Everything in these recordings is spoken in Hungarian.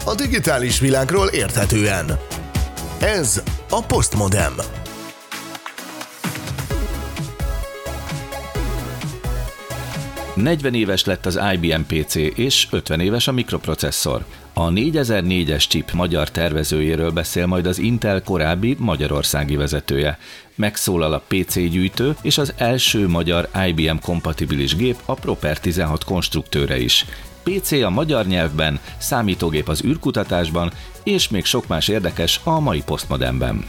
a digitális világról érthetően. Ez a Postmodem. ...40 éves lett az IBM PC és 50 éves a mikroprocesszor. A 4004-es chip magyar tervezőjéről beszél majd az Intel korábbi magyarországi vezetője. Megszólal a PC gyűjtő és az első magyar IBM-kompatibilis gép, a Proper 16 konstruktőre is. PC a magyar nyelvben, számítógép az űrkutatásban, és még sok más érdekes a mai Postmodemben.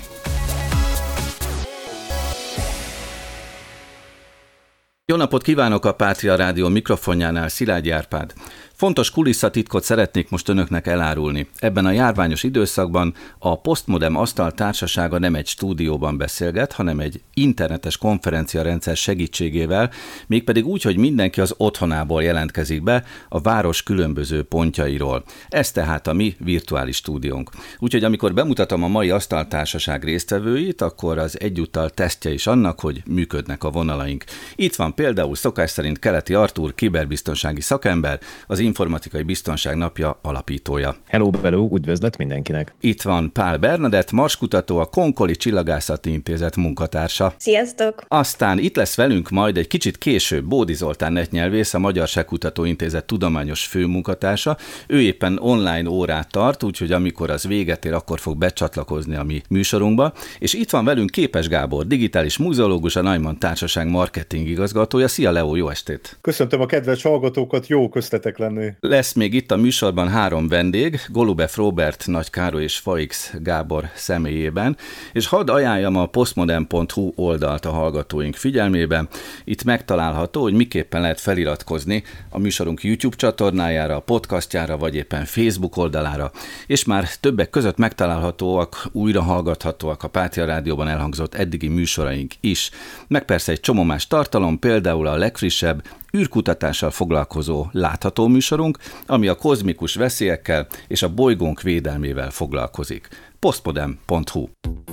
Jó napot kívánok a Pátria Rádió mikrofonjánál, Szilágyi Árpád. Fontos kulisszatitkot szeretnék most önöknek elárulni. Ebben a járványos időszakban a Postmodem Asztal Társasága nem egy stúdióban beszélget, hanem egy internetes konferenciarendszer segítségével, mégpedig úgy, hogy mindenki az otthonából jelentkezik be a város különböző pontjairól. Ez tehát a mi virtuális stúdiónk. Úgyhogy amikor bemutatom a mai asztaltársaság résztvevőit, akkor az egyúttal tesztje is annak, hogy működnek a vonalaink. Itt van például szokás szerint Keleti Artúr, kiberbiztonsági szakember, az Informatikai Biztonság Napja alapítója. Hello, üdvözlet mindenkinek! Itt van Pál Bernadett, marskutató, a Konkoli Csillagászati Intézet munkatársa. Sziasztok! Aztán itt lesz velünk majd egy kicsit később Bódi Zoltán netnyelvész, a Magyar Segkutató Intézet tudományos főmunkatársa. Ő éppen online órát tart, úgyhogy amikor az véget ér, akkor fog becsatlakozni a mi műsorunkba. És itt van velünk Képes Gábor, digitális múzeológus, a Neumann Társaság marketing igazgatója. Szia Leo, jó estét! Köszöntöm a kedves hallgatókat, jó köztetek lenni. Lesz még itt a műsorban 3 vendég, Golubev Róbert, Nagy Károly és Faix Gábor személyében, és hadd ajánljam a postmodem.hu oldalt a hallgatóink figyelmébe. Itt megtalálható, hogy miképpen lehet feliratkozni a műsorunk YouTube csatornájára, a podcastjára, vagy éppen Facebook oldalára, és már többek között megtalálhatóak, újra hallgathatóak a Pátria Rádióban elhangzott eddigi műsoraink is, meg persze egy csomó más tartalom, például a legfrissebb űrkutatással foglalkozó látható műsorunk, ami a kozmikus veszélyekkel és a bolygónk védelmével foglalkozik. Postmodem.hu.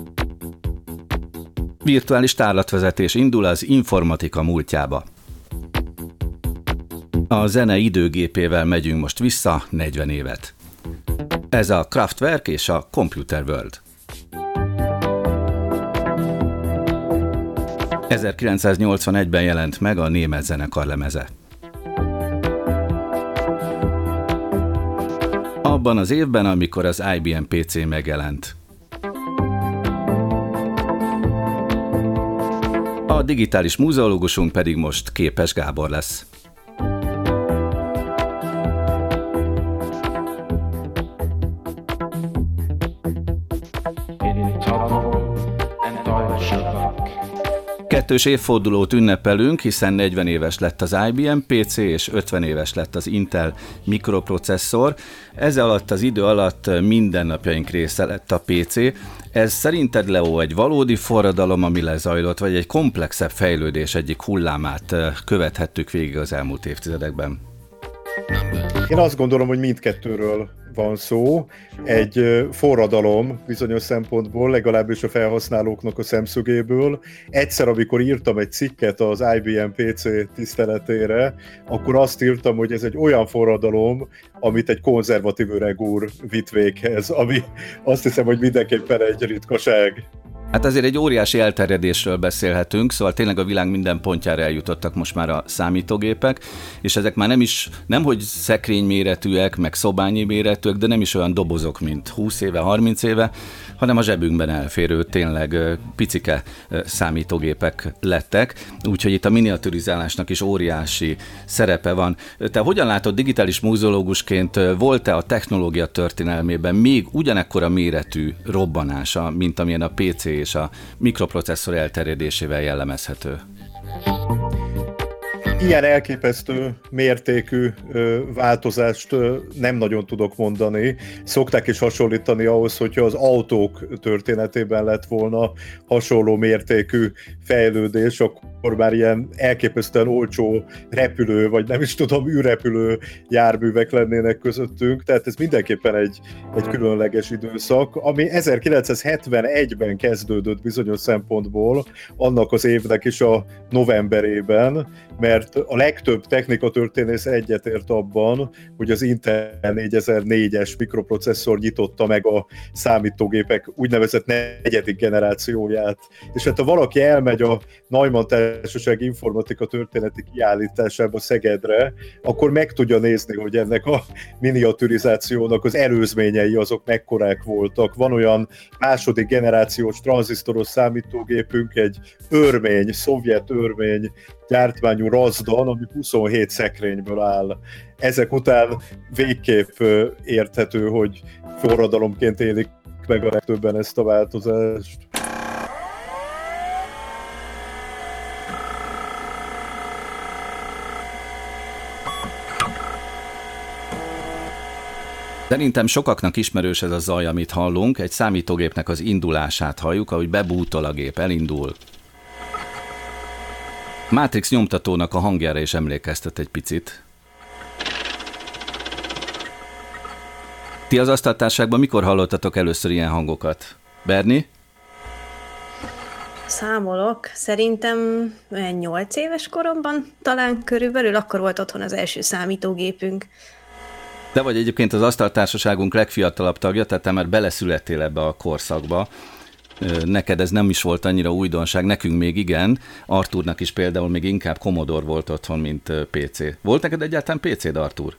Virtuális tárlatvezetés indul az informatika múltjába. A zene időgépével megyünk most vissza 40 évet. Ez a Kraftwerk és a Computer World. 1981-ben jelent meg a német zenekar lemeze. Abban az évben, amikor az IBM PC megjelent. A digitális múzeológusunk pedig most Képes Gábor lesz. Kettős évfordulót ünnepelünk, hiszen 40 éves lett az IBM PC, és 50 éves lett az Intel mikroprocesszor. Ez alatt az idő alatt mindennapjaink része lett a PC. Ez szerinted, Leo, egy valódi forradalom, ami lezajlott, vagy egy komplexebb fejlődés egyik hullámát követhettük végig az elmúlt évtizedekben? Én azt gondolom, hogy mindkettőről van szó. Egy forradalom bizonyos szempontból, legalábbis a felhasználóknak a szemszögéből. Egyszer, amikor írtam egy cikket az IBM PC tiszteletére, akkor azt írtam, hogy ez egy olyan forradalom, amit egy konzervatív öreg úr vitt véghez, ami azt hiszem, hogy mindenképpen egy ritkaság. Hát azért egy óriási elterjedésről beszélhetünk, szóval tényleg a világ minden pontjára eljutottak most már a számítógépek, és ezek már nemhogy szekrényméretűek, meg szobányi méretűek, de nem is olyan dobozok, mint 20 éve, 30 éve, hanem a zsebünkben elférő, tényleg picike számítógépek lettek, úgyhogy itt a miniaturizálásnak is óriási szerepe van. Te hogyan látod digitális múzeológusként, volt-e a technológia történelmében még ugyanekkora méretű robbanása, mint amilyen a PC és a mikroprocesszor elterjedésével jellemezhető? Ilyen elképesztő mértékű változást nem nagyon tudok mondani. Szokták is hasonlítani ahhoz, hogyha az autók történetében lett volna hasonló mértékű fejlődés, már ilyen elképesztően olcsó repülő, vagy nem is tudom, űrrepülő járművek lennének közöttünk, tehát ez mindenképpen egy különleges időszak, ami 1971-ben kezdődött bizonyos szempontból, annak az évnek is a novemberében, mert a legtöbb technikatörténész egyetért abban, hogy az Intel 4004-es mikroprocesszor nyitotta meg a számítógépek úgynevezett negyedik generációját. És hát ha valaki elmegy a Neumann Társaság informatika történeti kiállításába Szegedre, akkor meg tudja nézni, hogy ennek a miniaturizációnak az előzményei azok mekkorák voltak. Van olyan második generációs tranzisztoros számítógépünk, egy örmény, szovjet örmény gyártmányú Razdan, ami 27 szekrényből áll. Ezek után végképp érthető, hogy forradalomként élik meg a legtöbben ezt a változást. Szerintem sokaknak ismerős ez a zaj, amit hallunk, egy számítógépnek az indulását halljuk, ahogy bebútol a gép, elindul. Matrix nyomtatónak a hangjára is emlékeztet egy picit. Ti az asztaltárságban mikor hallottatok először ilyen hangokat? Berni? Számolok. Szerintem 8 éves koromban talán körülbelül, akkor volt otthon az első számítógépünk. Te vagy egyébként az asztaltársaságunk legfiatalabb tagja, tehát te már beleszülettél ebbe a korszakba. Neked ez nem is volt annyira újdonság, nekünk még igen. Artúrnak is például még inkább Commodore volt otthon, mint PC. Volt neked egyáltalán PC-d, Artúr?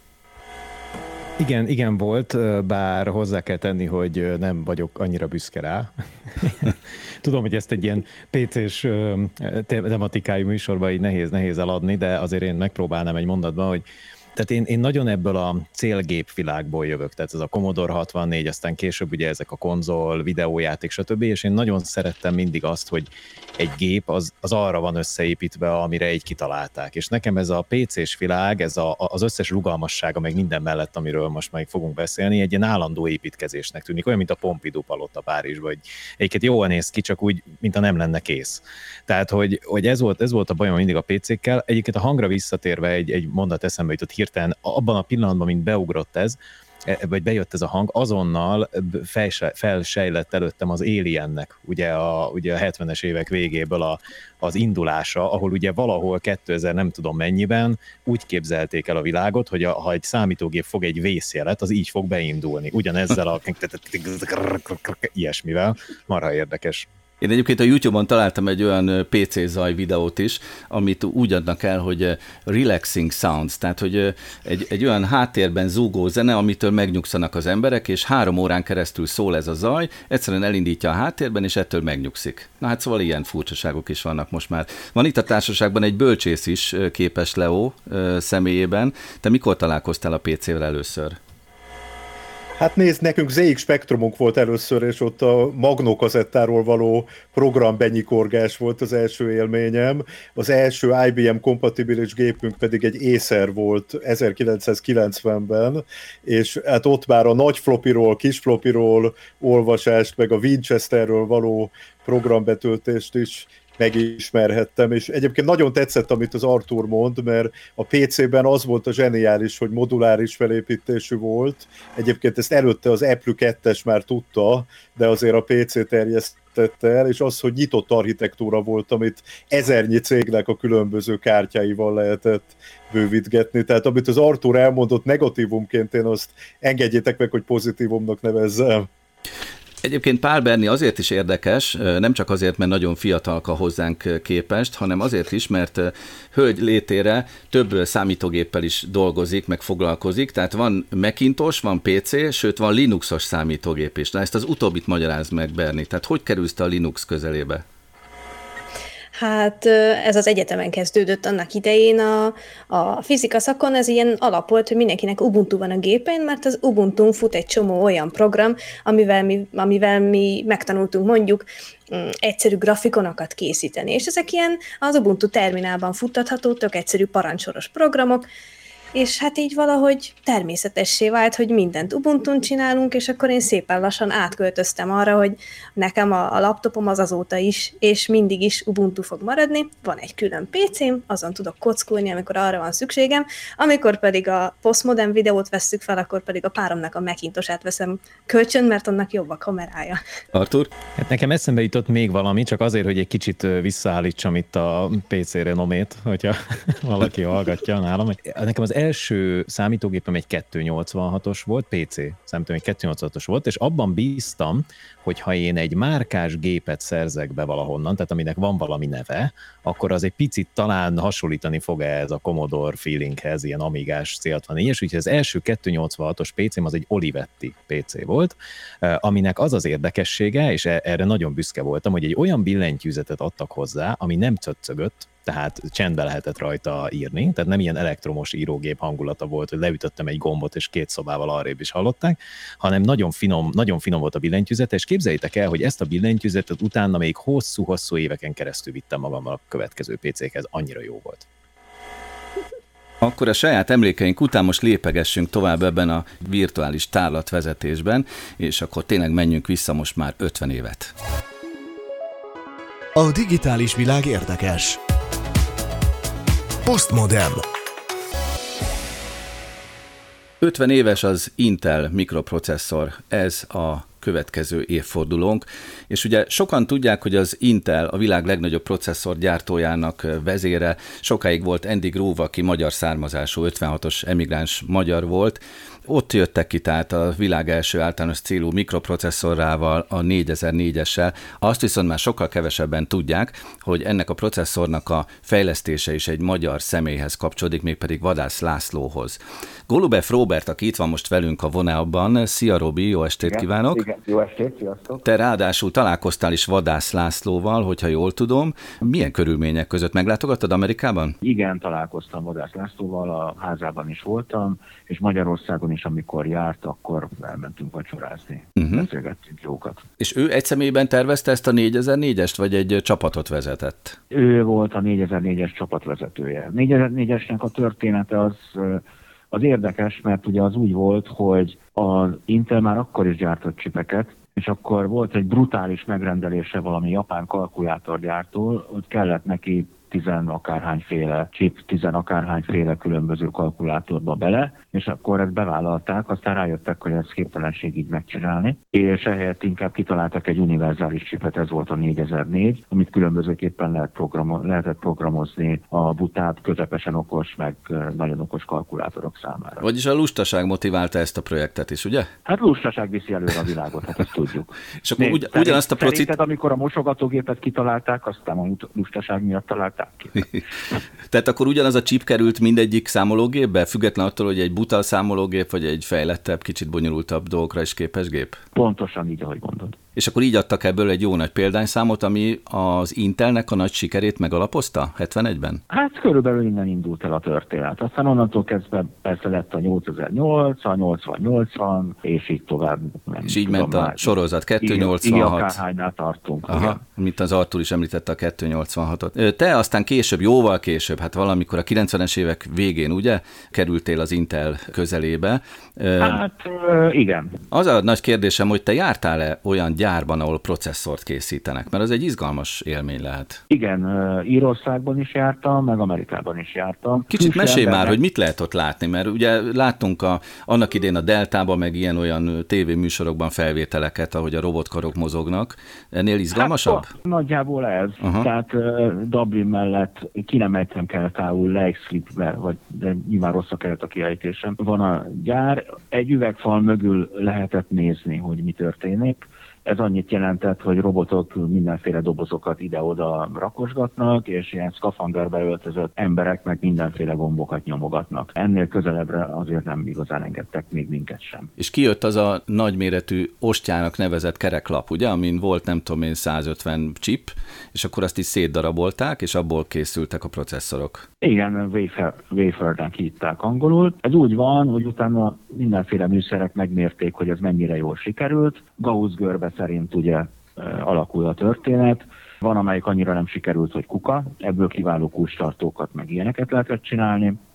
Igen volt, bár hozzá kell tenni, hogy nem vagyok annyira büszke rá. Tudom, hogy ezt egy ilyen PC-s tematikájú műsorban így nehéz eladni, de azért én megpróbálnám egy mondatban, hogy tehát én nagyon ebből a célgép világból jövök, tehát ez a Commodore 64, aztán később ugye ezek a konzol, videójáték, stb. És én nagyon szerettem mindig azt, hogy egy gép az arra van összeépítve, amire így kitalálták. És nekem ez a PC-s világ, ez az összes rugalmassága, meg minden mellett, amiről most meg fogunk beszélni, egy ilyen állandó építkezésnek tűnik, olyan, mint a Pompidou palota Párizsban, hogy egyiket jól néz ki, csak úgy, mintha nem lenne kész. Tehát, hogy ez volt a bajom mindig a PC-kkel. Egyébként a hangra visszatérve egy mondat eszembe jutott hirtelen, abban a pillanatban, mint beugrott ez, vagy bejött ez a hang, azonnal felsejlett előttem az Aliennek, ugye a 70-es évek végéből az indulása, ahol ugye valahol 2000 nem tudom mennyiben úgy képzelték el a világot, hogy ha egy számítógép fog egy vészjelet, az így fog beindulni. Ugyanezzel a ilyesmivel. Marha érdekes. Én egyébként a YouTube-on találtam egy olyan PC zaj videót is, amit úgy adnak el, hogy relaxing sounds, tehát hogy egy olyan háttérben zúgó zene, amitől megnyugszanak az emberek, és 3 órán keresztül szól ez a zaj, egyszerűen elindítja a háttérben, és ettől megnyugszik. Na hát szóval ilyen furcsaságok is vannak most már. Van itt a társaságban egy bölcsész is, Képes Leó személyében. Te mikor találkoztál a PC-vel először? Hát nézd, nekünk ZX Spektrumunk volt először, és ott a Magnó kazettáról való programbenyikorgás volt az első élményem. Az első IBM kompatibilis gépünk pedig egy Acer volt 1990-ben, és hát ott már a nagy flopiról, kis flopiról olvasást, meg a Winchesterről való programbetöltést is megismerhettem, és egyébként nagyon tetszett, amit az Artúr mond, mert a PC-ben az volt a zseniális, hogy moduláris felépítésű volt. Egyébként ezt előtte az Apple 2-es már tudta, de azért a PC terjesztette el, és az, hogy nyitott architektúra volt, amit ezernyi cégnek a különböző kártyáival lehetett bővítgetni. Tehát amit az Artúr elmondott negatívumként, én azt engedjétek meg, hogy pozitívumnak nevezzem. Egyébként Pál Berni azért is érdekes, nem csak azért, mert nagyon fiatalka hozzánk képest, hanem azért is, mert hölgy létére több számítógéppel is dolgozik, meg foglalkozik, tehát van Macintosh, van PC, sőt van Linuxos számítógép is. Na ezt az utóbbit magyarázd meg, Berni, tehát hogy kerülsz te a Linux közelébe? Hát ez az egyetemen kezdődött annak idején, a fizika szakon ez ilyen alap volt, hogy mindenkinek Ubuntu van a gépen, mert az Ubuntun fut egy csomó olyan program, amivel mi megtanultunk mondjuk egyszerű grafikonokat készíteni, és ezek ilyen az Ubuntu terminálban futtatható, tök egyszerű parancsoros programok, és hát így valahogy természetessé vált, hogy mindent Ubuntun csinálunk, és akkor én szépen lassan átköltöztem arra, hogy nekem a laptopom az azóta is, és mindig is Ubuntu fog maradni, van egy külön PC-m, azon tudok kockulni, amikor arra van szükségem, amikor pedig a Postmodern videót vesszük fel, akkor pedig a páromnak a Macintosát veszem kölcsön, mert annak jobb a kamerája. Artur? Hát nekem eszembe jutott még valami, csak azért, hogy egy kicsit visszaállítsam itt a PC renomét, hogyha valaki hallgatja nálam. Nekem az első számítógépem egy 286-os volt, PC számítógép egy 286-os volt, és abban bíztam, hogy ha én egy márkás gépet szerzek be valahonnan, tehát aminek van valami neve, akkor az egy picit talán hasonlítani fog ez a Commodore feelinghez, ilyen Amigás C64-es, úgyhogy az első 286-os PC-m az egy Olivetti PC volt, aminek az az érdekessége, és erre nagyon büszke voltam, hogy egy olyan billentyűzetet adtak hozzá, ami nem cöccögött, tehát csendbe lehetett rajta írni, tehát nem ilyen elektromos írógép hangulata volt, hogy leütöttem egy gombot, és 2 szobával arrébb is hallották, hanem nagyon finom volt a billentyűzete, és képzeljétek el, hogy ezt a billentyűzetet utána még hosszú-hosszú éveken keresztül vittem magammal a következő PC-khez, annyira jó volt. Akkor a saját emlékeink után most lépegessünk tovább ebben a virtuális tárlatvezetésben, és akkor tényleg menjünk vissza most már 50 évet. A digitális világ érdekes. Postmodern. 50 éves az Intel mikroprocesszor, ez a következő évfordulónk, és ugye sokan tudják, hogy az Intel a világ legnagyobb processzorgyártójának vezére, sokáig volt Andy Grove, aki magyar származású, 56-os emigráns magyar volt. Ott jöttek ki tehát a világ első általános célú mikroprocesszorával, a 4004-essel. Azt viszont már sokkal kevesebben tudják, hogy ennek a processzornak a fejlesztése is egy magyar személyhez kapcsolódik, mégpedig Vadász Lászlóhoz. Golubev Róbert, aki itt van most velünk a vonalban. Szia Robi, jó estét kívánok! Igen, jó estét, sziasztok! Te ráadásul találkoztál is Vadász Lászlóval, hogyha jól tudom. Milyen körülmények között meglátogattad Amerikában? Igen, találkoztam Vadász Lászlóval, a házában is voltam, és Magyarországon is, amikor járt, akkor elmentünk vacsorázni. Beszélgettünk jókat. És ő egy személyben tervezte ezt a 4004-est, vagy egy csapatot vezetett? Ő volt a 4004-es csapatvezetője. 4004-esnek a története az érdekes, mert ugye az úgy volt, hogy az Intel már akkor is gyártott csipeket, és akkor volt egy brutális megrendelése valami japán kalkulátorgyártól, hogy kellett neki 10 akárhányféle chip, 10 akárhányféle különböző kalkulátorba bele, és akkor ezt bevállalták, aztán rájöttek, hogy ez képtelenség így megcsinálni, és ehelyett inkább kitaláltak egy univerzális chipet, ez volt a 4004, amit különbözőképpen lehetett programozni a butább, közepesen okos, meg nagyon okos kalkulátorok számára. Vagyis a lustaság motiválta ezt a projektet is, ugye? Hát lustaság viszi előre a világot, hát ezt tudjuk. És akkor ugyanazt a procit... Szerinted, amikor a mosogatógépet kitalálták, aztán a lustaság miatt találták ki. Tehát akkor ugyanaz a chip került mindegyik számológépbe, független attól, hogy egy buta számológép, vagy egy fejlettebb, kicsit bonyolultabb dolgokra is képes gép? Pontosan így, ahogy mondod. És akkor így adtak ebből egy jó nagy példányszámot, ami az Intelnek a nagy sikerét megalapozta 71-ben? Hát körülbelül innen indult el a történet. Aztán onnantól kezdve persze lett a 8008, a 8080, és így tovább. És így ment a sorozat, 286. Igen, akárhánynál tartunk. Aha, mint az Artur is említette a 286-ot. Te aztán később, jóval később, hát valamikor a 90-es évek végén, ugye, kerültél az Intel közelébe. Hát igen. Az a nagy kérdésem, hogy te jártál-e olyan gyárban, ahol processzort készítenek, mert az egy izgalmas élmény lehet. Igen, Írországban is jártam, meg Amerikában is jártam. Kicsit mesélj már, hogy mit lehet ott látni, mert ugye láttunk annak idén a Deltában, meg ilyen-olyan tévéműsorokban felvételeket, ahogy a robotkarok mozognak. Ennél izgalmasabb? Hát, nagyjából ez. Aha. Tehát Dublin mellett ki nem ejtem Keltául, Leixlipbe, de nyilván rossz a kelt a kiejtésem. Van a gyár, egy üvegfal mögül lehetett nézni, hogy mi történik. Ez annyit jelentett, hogy robotok mindenféle dobozokat ide-oda rakosgatnak, és ilyen szkafanderbe öltözött emberek meg mindenféle gombokat nyomogatnak. Ennél közelebbre azért nem igazán engedtek még minket sem. És kijött az a nagyméretű ostjának nevezett kereklap, ugye, amin volt nem tudom én 150 chip, és akkor azt is szétdarabolták, és abból készültek a processzorok. Igen, wafernek hívták angolul. Ez úgy van, hogy utána mindenféle műszerek megmérték, hogy ez mennyire jól sikerült. Gauss-görbe szerint ugye alakul a történet. Van, amelyik annyira nem sikerült, hogy kuka, ebből kiváló kulcstartókat meg ilyeneket lehetett csinálni.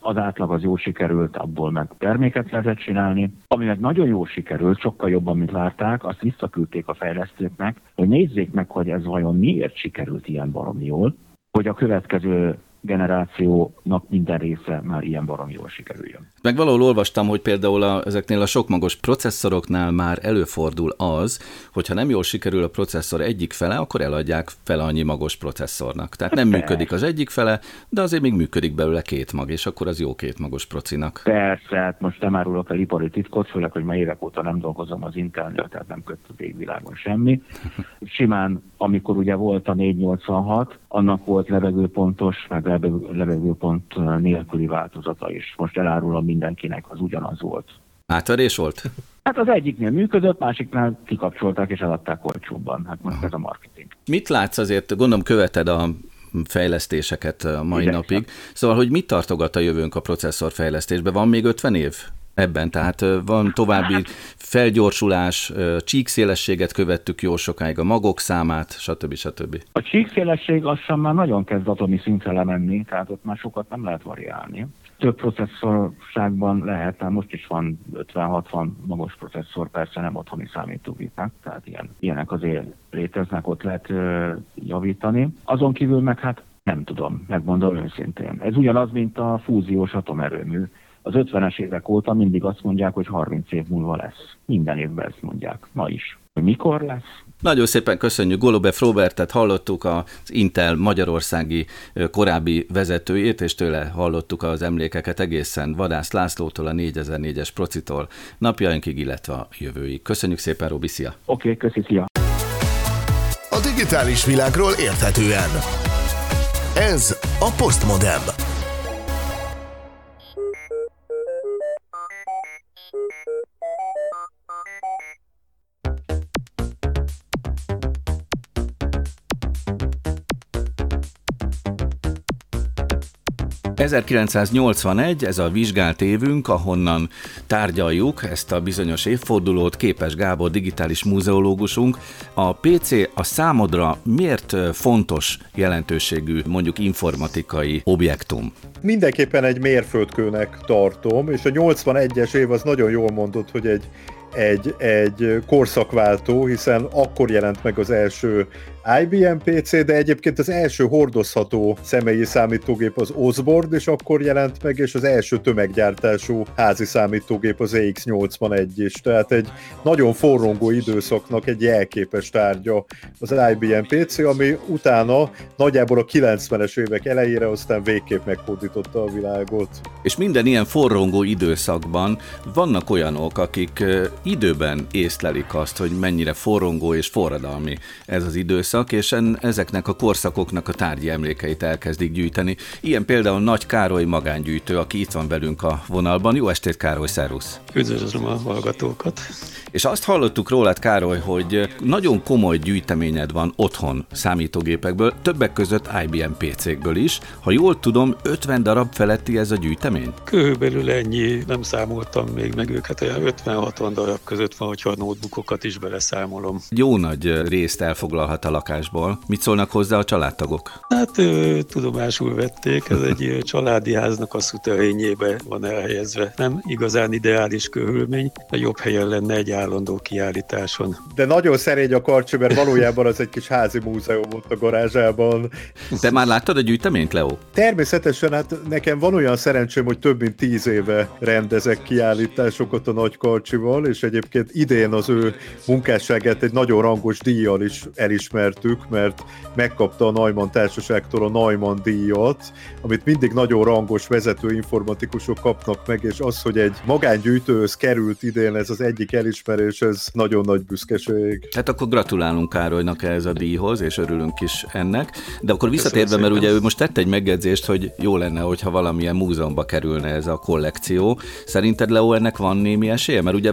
az átlag az jól sikerült, abból meg terméket lehetett csinálni. Ami meg nagyon jól sikerült, sokkal jobban, mint várták, azt visszaküldték a fejlesztőknek, hogy nézzék meg, hogy ez vajon miért sikerült ilyen baromi jól, hogy a következő generációnak minden része már ilyen baromi jól sikerüljön. Meg valahol olvastam, hogy például ezeknél a sokmagos processzoroknál már előfordul az, hogyha nem jól sikerül a processzor egyik fele, akkor eladják fele annyi magos processzornak. Tehát nem működik az egyik fele, de azért még működik belőle 2 mag, és akkor az jó 2 magos procinak. Persze, hát most nem árulok el ipari titkot, főleg, hogy már évek óta nem dolgozom az Intelnél, tehát nem köt a végvilágon semmi. Simán, amikor ugye volt a 486, annak volt levegőpontos, meg levegőpont nélküli változata is. Most elárulom mindenkinek, az ugyanaz volt. Átverés volt? Hát az egyiknél működött, másiknál kikapcsolták és eladták olcsóbban. Hát most ez a marketing. Mit látsz azért, gondolom követed a fejlesztéseket a mai napig. Szóval, hogy mit tartogat a jövőnk a processzorfejlesztésben? Van még 50 év ebben? Tehát van további felgyorsulás, csíkszélességet követtük jó sokáig, a magok számát, stb. A csíkszélesség lassan már nagyon kezd atomi szintre lemenni, tehát ott már sokat nem lehet variálni. Több processzorságban lehet, tehát most is van 50-60 magos processzor, persze nem otthoni számítógépek, tehát ilyenek azért léteznek, ott lehet javítani. Azon kívül meg hát nem tudom, megmondom őszintén. Ez ugyanaz, mint a fúziós atomerőmű. Az 50-es évek óta mindig azt mondják, hogy 30 év múlva lesz. Minden évben ezt mondják. Ma is. Hogy mikor lesz? Nagyon szépen köszönjük. Golubev Robertet hallottuk, az Intel magyarországi korábbi vezetőjét, és tőle hallottuk az emlékeket egészen Vadász Lászlótól, a 4004-es procitól napjainkig, illetve a jövőig. Köszönjük szépen, Robi, szia! Oké, köszi, szia! A digitális világról érthetően. Ez a Postmodem. ...1981, ez a vizsgált évünk, ahonnan tárgyaljuk ezt a bizonyos évfordulót. Képes Gábor, digitális múzeológusunk. A PC a számodra miért fontos jelentőségű, mondjuk informatikai objektum? Mindenképpen egy mérföldkőnek tartom, és a 81-es év az nagyon jól mondott, hogy egy korszakváltó, hiszen akkor jelent meg az első IBM PC, de egyébként az első hordozható személyi számítógép az Osborne, és akkor jelent meg, és az első tömeggyártású házi számítógép az EX81 is. Tehát egy nagyon forrongó időszaknak egy jelképes tárgya az IBM PC, ami utána nagyjából a 90-es évek elejére aztán végképp meghódította a világot. És minden ilyen forrongó időszakban vannak olyanok, akik időben észlelik azt, hogy mennyire forrongó és forradalmi ez az időszak, és ezeknek a korszakoknak a tárgyi emlékeit elkezdik gyűjteni. Ilyen például Nagy Károly magángyűjtő, aki itt van velünk a vonalban. Jó estét, Károly, szervusz! Üdvözlöm a hallgatókat! És azt hallottuk rólad, Károly, hogy nagyon komoly gyűjteményed van otthon számítógépekből, többek között IBM PC-kből is. Ha jól tudom, 50 darab feletti ez a gyűjtemény? Körülbelül ennyi, nem számoltam még meg őket, olyan 50-60 darab között van, hogyha a notebookokat is beleszámolom. Jó nagy részt elfoglalhat a lakásból. Mit szólnak hozzá a családtagok? Hát tudomásul vették, ez egy családi háznak a szuterényébe van elhelyezve. Nem igazán ideális körülmény, de jobb helyen lenne egy állandó kiállításon. De nagyon szerény a karcsi, mert valójában az egy kis házi múzeum ott a garázsában. Te már láttad a gyűjteményt, Leo? Természetesen, hát nekem van olyan szerencsém, hogy több mint 10 éve rendezek kiállításokat a Nagy Karcsival, és egyébként idén az ő munkásságát egy nagyon rangos díjjal is elismertük, mert megkapta a Neumann Társaságtól a Neumann díjat, amit mindig nagyon rangos vezető informatikusok kapnak meg, és az, hogy egy magángyűjtőhöz került idén ez az egyik elismerés, ez nagyon nagy büszkeség. Hát akkor gratulálunk Károlynak ehhez a díjhoz, és örülünk is ennek. De akkor visszatérve, mert ugye ő most tett egy megjegyzést, hogy jó lenne, hogyha valamilyen múzeumba kerülne ez a kollekció. Szerinted, Leo, ennek van némi esélye? Mert ugye van most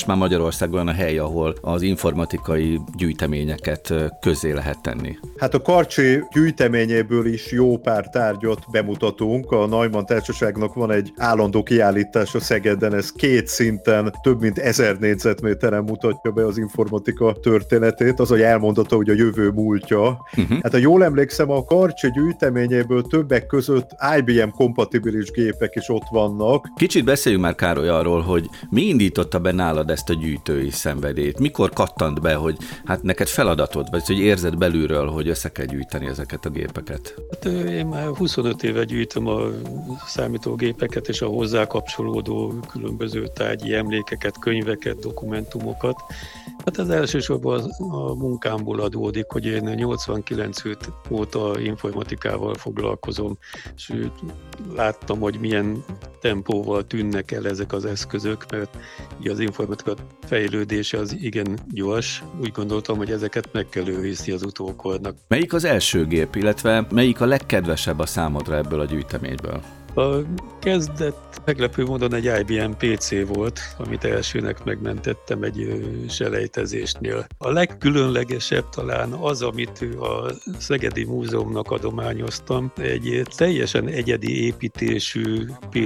most már Magyarországon olyan a hely, ahol az informatikai gyűjteményeket közzé lehet tenni? Hát a Karcsi gyűjteményéből is jó pár tárgyat bemutatunk. A Neumann Társaságnak van egy állandó kiállítása Szegeden, ez 2 szinten több mint 1000 négyzetméteren mutatja be az informatika történetét, az, hogy elmondata, hogy a jövő múltja. Hát ha jól emlékszem, a Karcsi gyűjteményéből többek között IBM-kompatibilis gépek is ott vannak. Kicsit beszéljünk már, Károly, arról, hogy mi indította be nálad ezt a gyűjtői szenvedélyt? Mikor kattant be, hogy hát neked feladatod, vagy hogy érzed belülről, hogy össze kell gyűjteni ezeket a gépeket? Hát én már 25 éve gyűjtöm a számítógépeket és a hozzá kapcsolódó különböző tárgyi emlékeket, könyveket, dokumentumokat. Hát ez elsősorban a munkámból adódik, hogy én 89 óta informatikával foglalkozom, és láttam, hogy milyen tempóval tűnnek el ezek az eszközök, mert az informatika fejlődése az igen gyors. Úgy gondoltam, hogy ezeket meg kell őrizni az utókornak. Melyik az első gép, illetve melyik a legkedvesebb a számodra ebből a gyűjteményből? A kezdet meglepő módon egy IBM PC volt, amit elsőnek megmentettem egy selejtezésnél. A legkülönlegesebb talán az, amit a Szegedi Múzeumnak adományoztam, egy teljesen egyedi építésű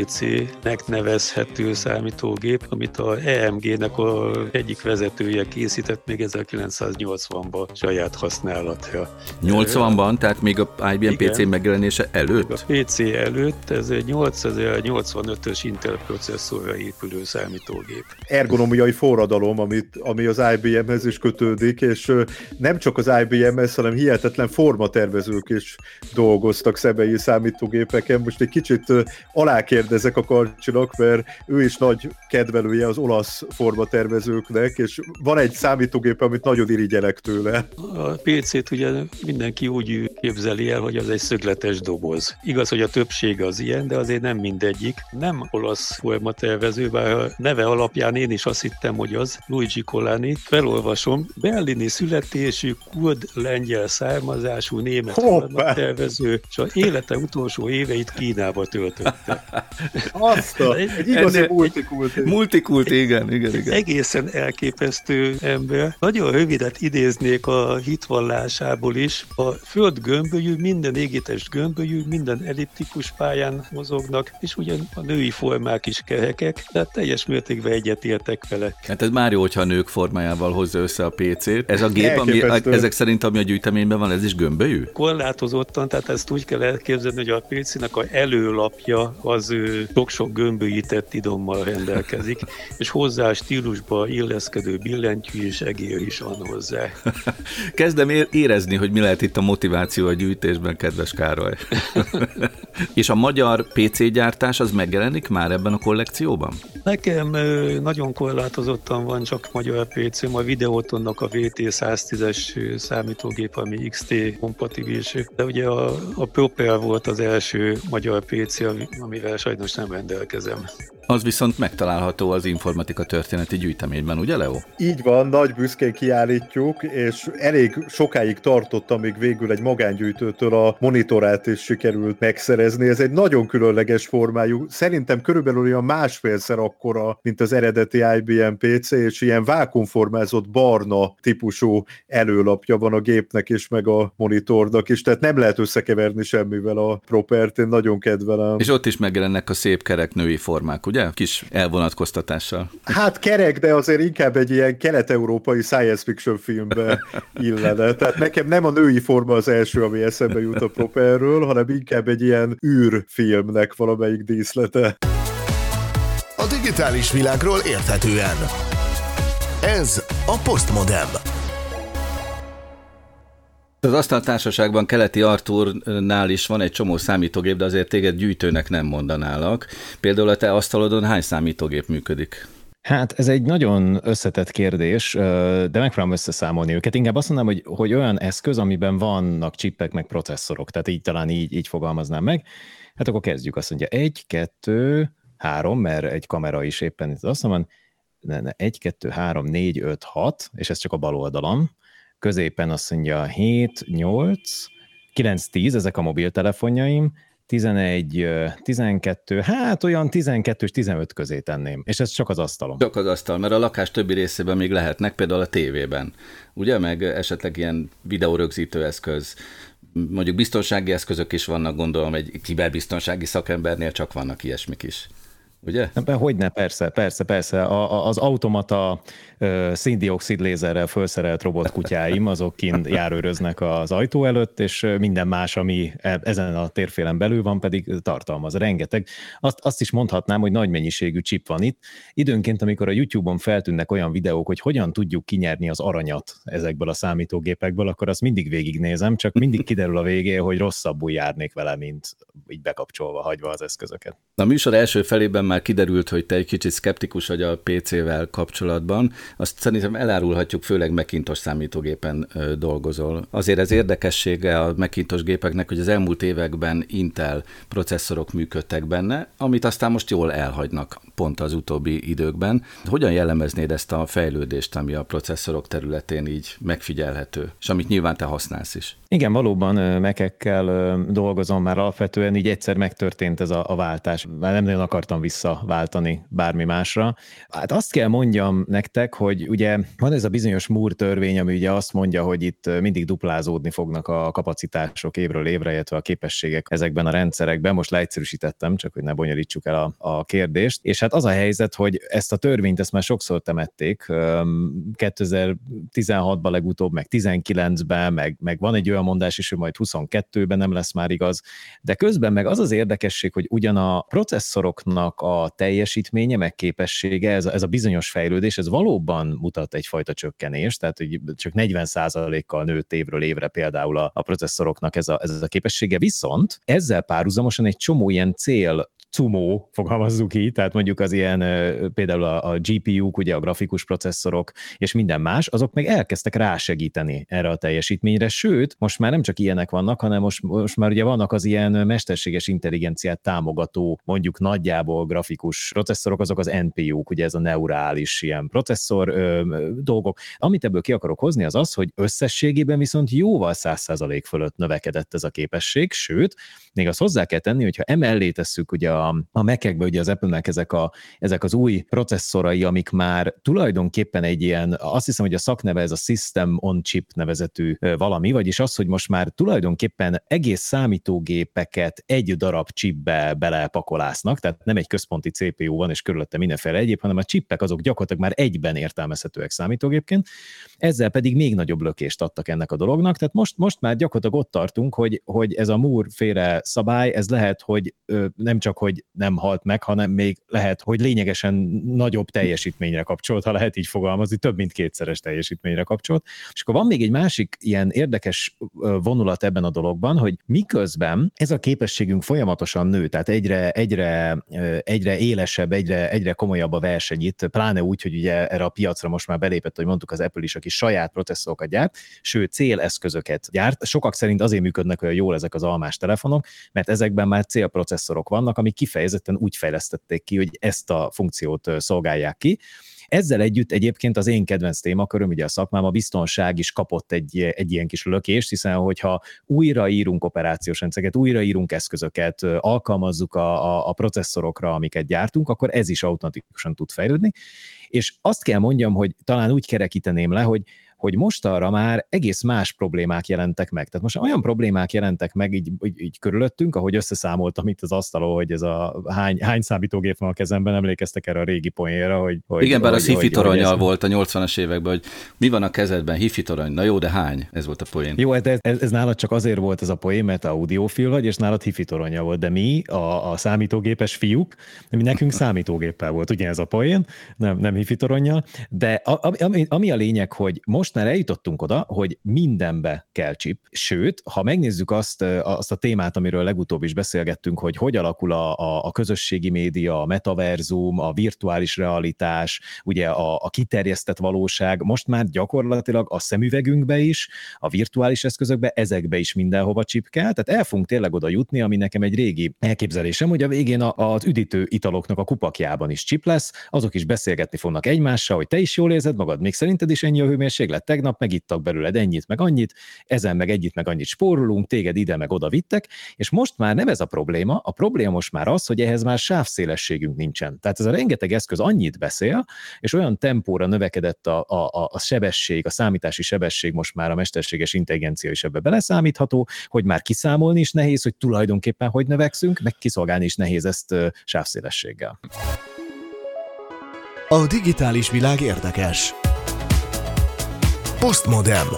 PC-nek nevezhető számítógép, amit a EMG-nek az egyik vezetője készített még 1980-ban saját használatra. 80-ban, tehát még a IBM igen, PC megjelenése előtt? A PC előtt, ez egy 8085-ös Intel processzorra épülő számítógép. Ergonomiai forradalom, ami az IBM-hez is kötődik, és nem csak az IBM-hez, hanem hihetetlen formatervezők is dolgoztak személyi számítógépeken. Most egy kicsit alákérdezek a Karcsinak, mert ő is nagy kedvelője az olasz formatervezőknek, és van egy számítógép, amit nagyon irigyelek tőle. A PC-t ugye mindenki úgy képzeli el, hogy az egy szögletes doboz. Igaz, hogy a többség az ilyen, de azért nem mindegyik. Nem olasz formatervező, bár a neve alapján én is azt hittem, hogy az Luigi Colani. Felolvasom: berlini születésű, kurd lengyel származású német formatervező, és az élete utolsó éveit Kínába töltötte. Egy igazi multikult. Multikult, igen. Egészen elképesztő ember. Nagyon rövidet idéznék a hitvallásából is. A föld gömbölyű, minden égitest gömbölyű, minden elliptikus pályán mozognak, és ugyan a női formák is kerekek, tehát teljes mértékben egyetértek vele. Hát ez már jó, hogyha a nők formájával hozza össze a PC-t. Ez a gép, ezek szerint, ami a gyűjteményben van, ez is gömbölyű? Korlátozottan, tehát ezt úgy kell elképzelni, hogy a PC-nek a előlapja az sok-sok gömbölyített idommal rendelkezik, és hozzá a stílusba illeszkedő billentyű és egér is van hozzá. Kezdem érezni, hogy mi lehet itt a motiváció a gyűjtésben, kedves Károly. És a magyar PC-gyártás az megjelenik már ebben a kollekcióban? Nekem nagyon korlátozottan van csak magyar PC-m, a Videotonnak a VT110-es számítógép, ami XT kompatibilis, de ugye a Proper volt az első magyar PC, amivel sajnos nem rendelkezem. Az viszont megtalálható az informatika történeti gyűjteményben, ugye Leo? Így van, nagy büszkén kiállítjuk, és elég sokáig tartott, amíg végül egy magángyűjtőtől a monitorát is sikerült megszerezni. Ez egy nagyon különleges formájú, szerintem körülbelül olyan másfélszer akkora, mint az eredeti IBM PC, és ilyen vákuumformázott barna típusú előlapja van a gépnek is, meg a monitornak is, tehát nem lehet összekeverni semmivel a Propert, én nagyon kedvelem. És ott is megjelennek a szép kerek női formák, ugye? Kis elvonatkoztatással. Hát kerek, de azért inkább egy ilyen kelet-európai science fiction filmbe illene. Tehát nekem nem a női forma az első, ami eszembe jut a Properről, hanem inkább egy ilyen űrfilmnek valamelyik díszlete. A digitális világról érthetően. Ez a Postmodem. Az Asztaltársaságban Keleti Artúrnál is van egy csomó számítógép, de azért téged gyűjtőnek nem mondanálak. Például a te asztalodon hány számítógép működik? Hát ez egy nagyon összetett kérdés, de megpróbálom összeszámolni őket. Inkább azt mondanám, hogy olyan eszköz, amiben vannak csippek meg processzorok, tehát így talán így fogalmaznám meg. Hát akkor kezdjük, azt mondja 1, 2, 3, mert egy kamera is éppen itt azt mondom, 1, 2, 3, 4, 5, 6, és ez csak a bal oldalon. Középen azt mondja 7, 8, 9, 10, ezek a mobiltelefonjaim, 11, 12, hát olyan 12 és 15 közé tenném, és ez csak az asztalon. Csak az asztal, mert a lakás többi részében még lehetnek, például a tévében, ugye, meg esetleg ilyen videórögzítő eszköz, mondjuk biztonsági eszközök is vannak, gondolom, egy kiberbiztonsági szakembernél csak vannak ilyesmik is. Ugye? Hogyne, persze. Az automata széndioxid lézerrel felszerelt robotkutyáim, azok kint járőröznek az ajtó előtt, és minden más, ami ezen a térfélen belül van, pedig tartalmaz rengeteg. Azt is mondhatnám, hogy nagy mennyiségű chip van itt. Időnként, amikor a YouTube-on feltűnnek olyan videók, hogy hogyan tudjuk kinyerni az aranyat ezekből a számítógépekből, akkor azt mindig végignézem, csak mindig kiderül a végén, hogy rosszabbul járnék vele, mint így bekapcsolva, hagyva az eszközöket. A műsor első felében már kiderült, hogy te egy kicsit szkeptikus vagy a PC-vel kapcsolatban. Azt szerintem elárulhatjuk, főleg Macintosh számítógépen dolgozol. Azért ez érdekessége a Macintosh gépeknek, hogy az elmúlt években Intel processzorok működtek benne, amit aztán most jól elhagynak pont az utóbbi időkben. Hogyan jellemeznéd ezt a fejlődést, ami a processzorok területén így megfigyelhető, és amit nyilván te használsz is? Igen, valóban Mac-ekkel dolgozom már alapvetően, így egyszer megtörtént ez a váltás. Már nem nagyon akartam visszaváltani bármi másra. Hát azt kell mondjam nektek, hogy ugye van ez a bizonyos Moore törvény, ami ugye azt mondja, hogy itt mindig duplázódni fognak a kapacitások évről évre, illetve a képességek ezekben a rendszerekben. Most leegyszerűsítettem, csak hogy ne bonyolítsuk el a kérdést. És hát az a helyzet, hogy ezt a törvényt ezt már sokszor temették, 2016-ban legutóbb, meg 19-ben, meg van egy olyan mondás is, hogy majd 22-ben nem lesz már igaz, de közben meg az az érdekesség, hogy ugyan a processzoroknak a teljesítménye, meg képessége, ez a bizonyos fejlődés, ez valóban mutat egyfajta csökkenést, tehát hogy csak 40%-kal nőtt évről évre például a processzoroknak ez a képessége, viszont ezzel párhuzamosan egy csomó ilyen CUMO, fogalmazzuk így, tehát mondjuk az ilyen például a GPU-k, ugye a grafikus processzorok és minden más, azok meg elkezdtek rásegíteni erre a teljesítményre, sőt, most már nem csak ilyenek vannak, hanem most már ugye vannak az ilyen mesterséges intelligenciát támogató, mondjuk nagyjából grafikus processzorok, azok az NPU-k, ugye ez a neurális ilyen processzor dolgok. Amit ebből ki akarok hozni, az az, hogy összességében viszont jóval 100% fölött növekedett ez a képesség, sőt, még azt hozzá kell tenni, hogyha emellé tesszük ugye a Mac-ekbe, ugye az Apple-nek ezek az új processzorai, amik már tulajdonképpen egy ilyen, azt hiszem, hogy a szakneve ez a System on Chip nevezetű valami, vagyis az, hogy most már tulajdonképpen egész számítógépeket egy darab chipbe belepakolásznak, tehát nem egy központi CPU van, és körülötte mindenféle egyéb, hanem a chipek azok gyakorlatilag már egyben értelmezhetőek számítógépként, ezzel pedig még nagyobb lökést adtak ennek a dolognak, tehát most már gyakorlatilag ott tartunk, hogy ez a Moore-féle szabály, ez lehet, hogy nem csak, hogy nem halt meg, hanem még lehet, hogy lényegesen nagyobb teljesítményre kapcsolt, ha lehet így fogalmazni, több mint 2-szeres teljesítményre kapcsolt. És akkor van még egy másik ilyen érdekes vonulat ebben a dologban, hogy miközben ez a képességünk folyamatosan nő, tehát egyre élesebb, egyre komolyabb a verseny itt, pláne úgy, hogy ugye erre a piacra most már belépett, hogy mondtuk az Apple is, aki saját processzorokat gyárt, sőt céleszközöket gyárt. Sokak szerint azért működnek olyan jól ezek az almás telefonok, mert ezekben már célprocesszorok vannak, amik kifejezetten úgy fejlesztették ki, hogy ezt a funkciót szolgálják ki. Ezzel együtt egyébként az én kedvenc témaköröm, ugye a szakmám, a biztonság is kapott egy ilyen kis lökést, hiszen hogyha újraírunk operációs rendszereket, újraírunk eszközöket, alkalmazzuk a processzorokra, amiket gyártunk, akkor ez is automatikusan tud fejlődni. És azt kell mondjam, hogy talán úgy kerekíteném le, hogy mostanra már egész más problémák jelentek meg. Tehát most olyan problémák jelentek meg így körülöttünk, ahogy összeszámoltam itt az asztalon, hogy ez a hány számítógép van a kezemben, emlékeztek erre a régi poénra, hogy igen, bár az hifi toronnyal volt a 80-as években, hogy mi van a kezedben, hifi torony, na jó, de hány? Ez volt a poén. Jó, ez nálad csak azért volt ez a poén, mert audiofil vagy, és nálad hifi toronnyal volt, de mi, a számítógépes fiúk, mi nekünk számítógéppel volt, ugye ez a poén, nem hifi toronnyal, de ami a lényeg, hogy most már eljutottunk oda, hogy mindenbe kell chip, sőt, ha megnézzük azt a témát, amiről legutóbb is beszélgettünk, hogy alakul a közösségi média, a metaverzum, a virtuális realitás, ugye a kiterjesztett valóság, most már gyakorlatilag a szemüvegünkbe is, a virtuális eszközökbe, ezekbe is mindenhova chip kell, tehát el fogunk tényleg oda jutni, ami nekem egy régi elképzelésem, hogy a végén az üdítő italoknak a kupakjában is chip lesz, azok is beszélgetni fognak egymással, hogy te is jól érzed magad, még szerinted is ennyi a hőmérséklet? belőled tegnap, megittak belőled ennyit, meg annyit, ezen meg egyit, meg annyit spórolunk, téged ide, meg oda vittek, és most már nem ez a probléma most már az, hogy ehhez már sávszélességünk nincsen. Tehát ez a rengeteg eszköz annyit beszél, és olyan tempóra növekedett a sebesség, a számítási sebesség, most már a mesterséges intelligencia is ebbe beleszámítható, hogy már kiszámolni is nehéz, hogy tulajdonképpen hogy növekszünk, meg kiszolgálni is nehéz ezt sávszélességgel. A digitális világ érdekes. Postmodem.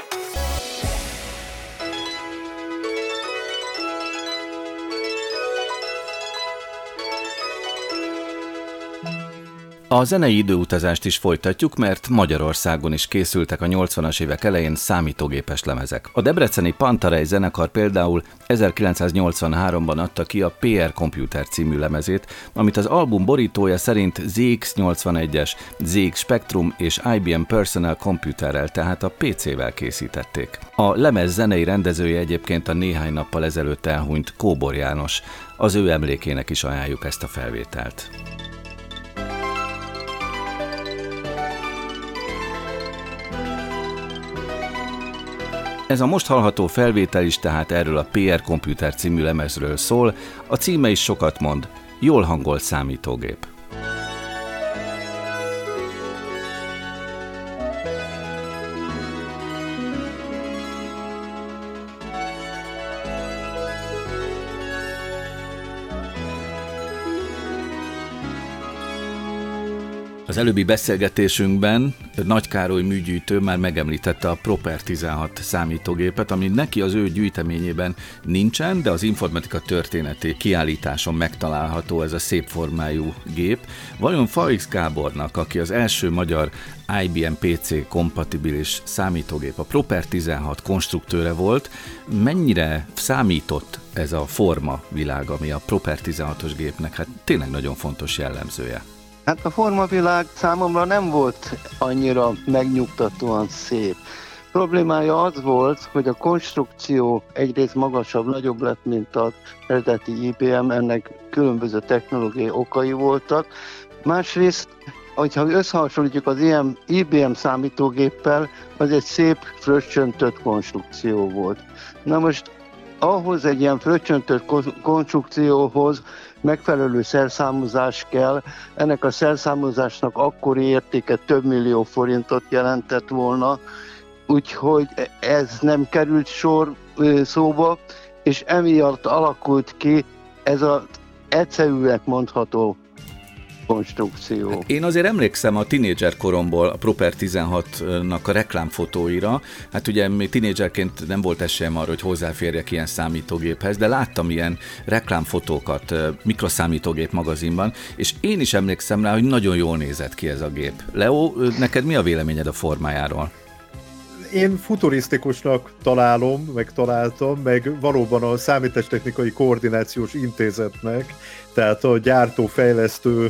A zenei időutazást is folytatjuk, mert Magyarországon is készültek a 80-as évek elején számítógépes lemezek. A debreceni Pantarej zenekar például 1983-ban adta ki a PR Computer című lemezét, amit az album borítója szerint ZX81-es, ZX Spectrum és IBM Personal Computerrel, tehát a PC-vel készítették. A lemez zenei rendezője egyébként a néhány nappal ezelőtt elhunyt Kóbor János. Az ő emlékének is ajánljuk ezt a felvételt. Ez a most hallható felvétel is tehát erről a PR Computer című lemezről szól, a címe is sokat mond, jól hangolt számítógép. Az előbbi beszélgetésünkben Nagy Károly műgyűjtő már megemlítette a Proper 16 számítógépet, ami neki az ő gyűjteményében nincsen, de az informatika történeti kiállításon megtalálható ez a szép formájú gép. Vajon Faix Gábornak, aki az első magyar IBM PC kompatibilis számítógép, a Proper 16 konstruktőre volt, mennyire számított ez a forma világ, ami a Proper 16-os gépnek hát tényleg nagyon fontos jellemzője? Hát a formavilág számomra nem volt annyira megnyugtatóan szép. Problémája az volt, hogy a konstrukció egyrészt magasabb, nagyobb lett, mint az eredeti IBM, ennek különböző technológiai okai voltak. Másrészt, hogyha összehasonlítjuk az ilyen IBM számítógéppel, az egy szép, fröccsöntött konstrukció volt. Na most ahhoz egy ilyen fröccsöntött konstrukcióhoz megfelelő szerszámozás kell. Ennek a szerszámozásnak akkori értéke több millió forintot jelentett volna, úgyhogy ez nem került szóba, és emiatt alakult ki ez az egyszerűnek mondható konstrukció. Hát én azért emlékszem a tinédzser koromból a Proper 16-nak a reklámfotóira. Hát ugye még tinédzserként nem volt esélyem arra, hogy hozzáférjek ilyen számítógéphez, de láttam ilyen reklámfotókat mikroszámítógép magazinban, és én is emlékszem rá, hogy nagyon jól nézett ki ez a gép. Leo, neked mi a véleményed a formájáról? Én futurisztikusnak találtam, meg valóban a Számítástechnikai Koordinációs Intézetnek, tehát a gyártó-fejlesztő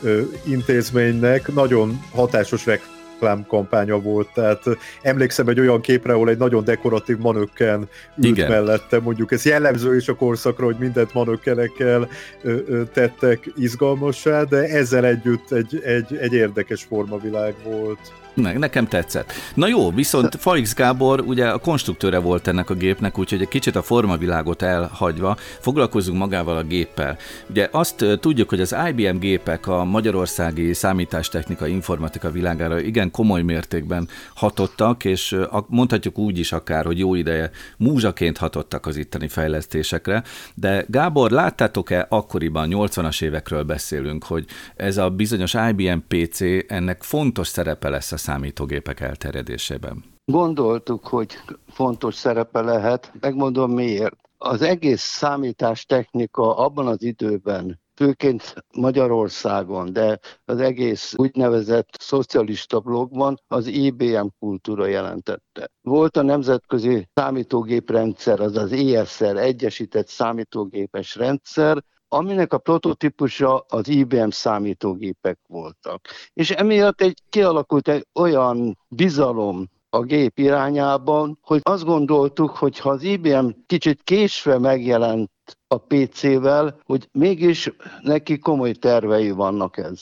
intézménynek nagyon hatásos reklámkampánya volt. Tehát emlékszem egy olyan képre, ahol egy nagyon dekoratív manökken ült mellette. Mondjuk ez jellemző is a korszakra, hogy mindent manökkenekkel tettek izgalmassá, de ezzel együtt egy érdekes formavilág volt. Nekem tetszett. Na jó, viszont Faix Gábor ugye a konstruktőre volt ennek a gépnek, úgyhogy egy kicsit a formavilágot elhagyva foglalkozunk magával a géppel. Ugye azt tudjuk, hogy az IBM gépek a magyarországi számítástechnika, informatika világára igen komoly mértékben hatottak, és mondhatjuk úgy is akár, hogy jó ideje múzsaként hatottak az itteni fejlesztésekre, de Gábor, láttátok-e akkoriban, 80-as évekről beszélünk, hogy ez a bizonyos IBM PC ennek fontos szerepe lesz a számítógépek elterjedésében? Gondoltuk, hogy fontos szerepe lehet, megmondom miért. Az egész számítástechnika abban az időben, főként Magyarországon, de az egész úgynevezett szocialista blogban az IBM kultúra jelentette. Volt a nemzetközi számítógéprendszer, az az ESR, Egyesített Számítógépes Rendszer, aminek a prototípusa az IBM számítógépek voltak. És emiatt kialakult egy olyan bizalom a gép irányában, hogy azt gondoltuk, hogy ha az IBM kicsit késve megjelent a PC-vel, hogy mégis neki komoly tervei vannak ezzel.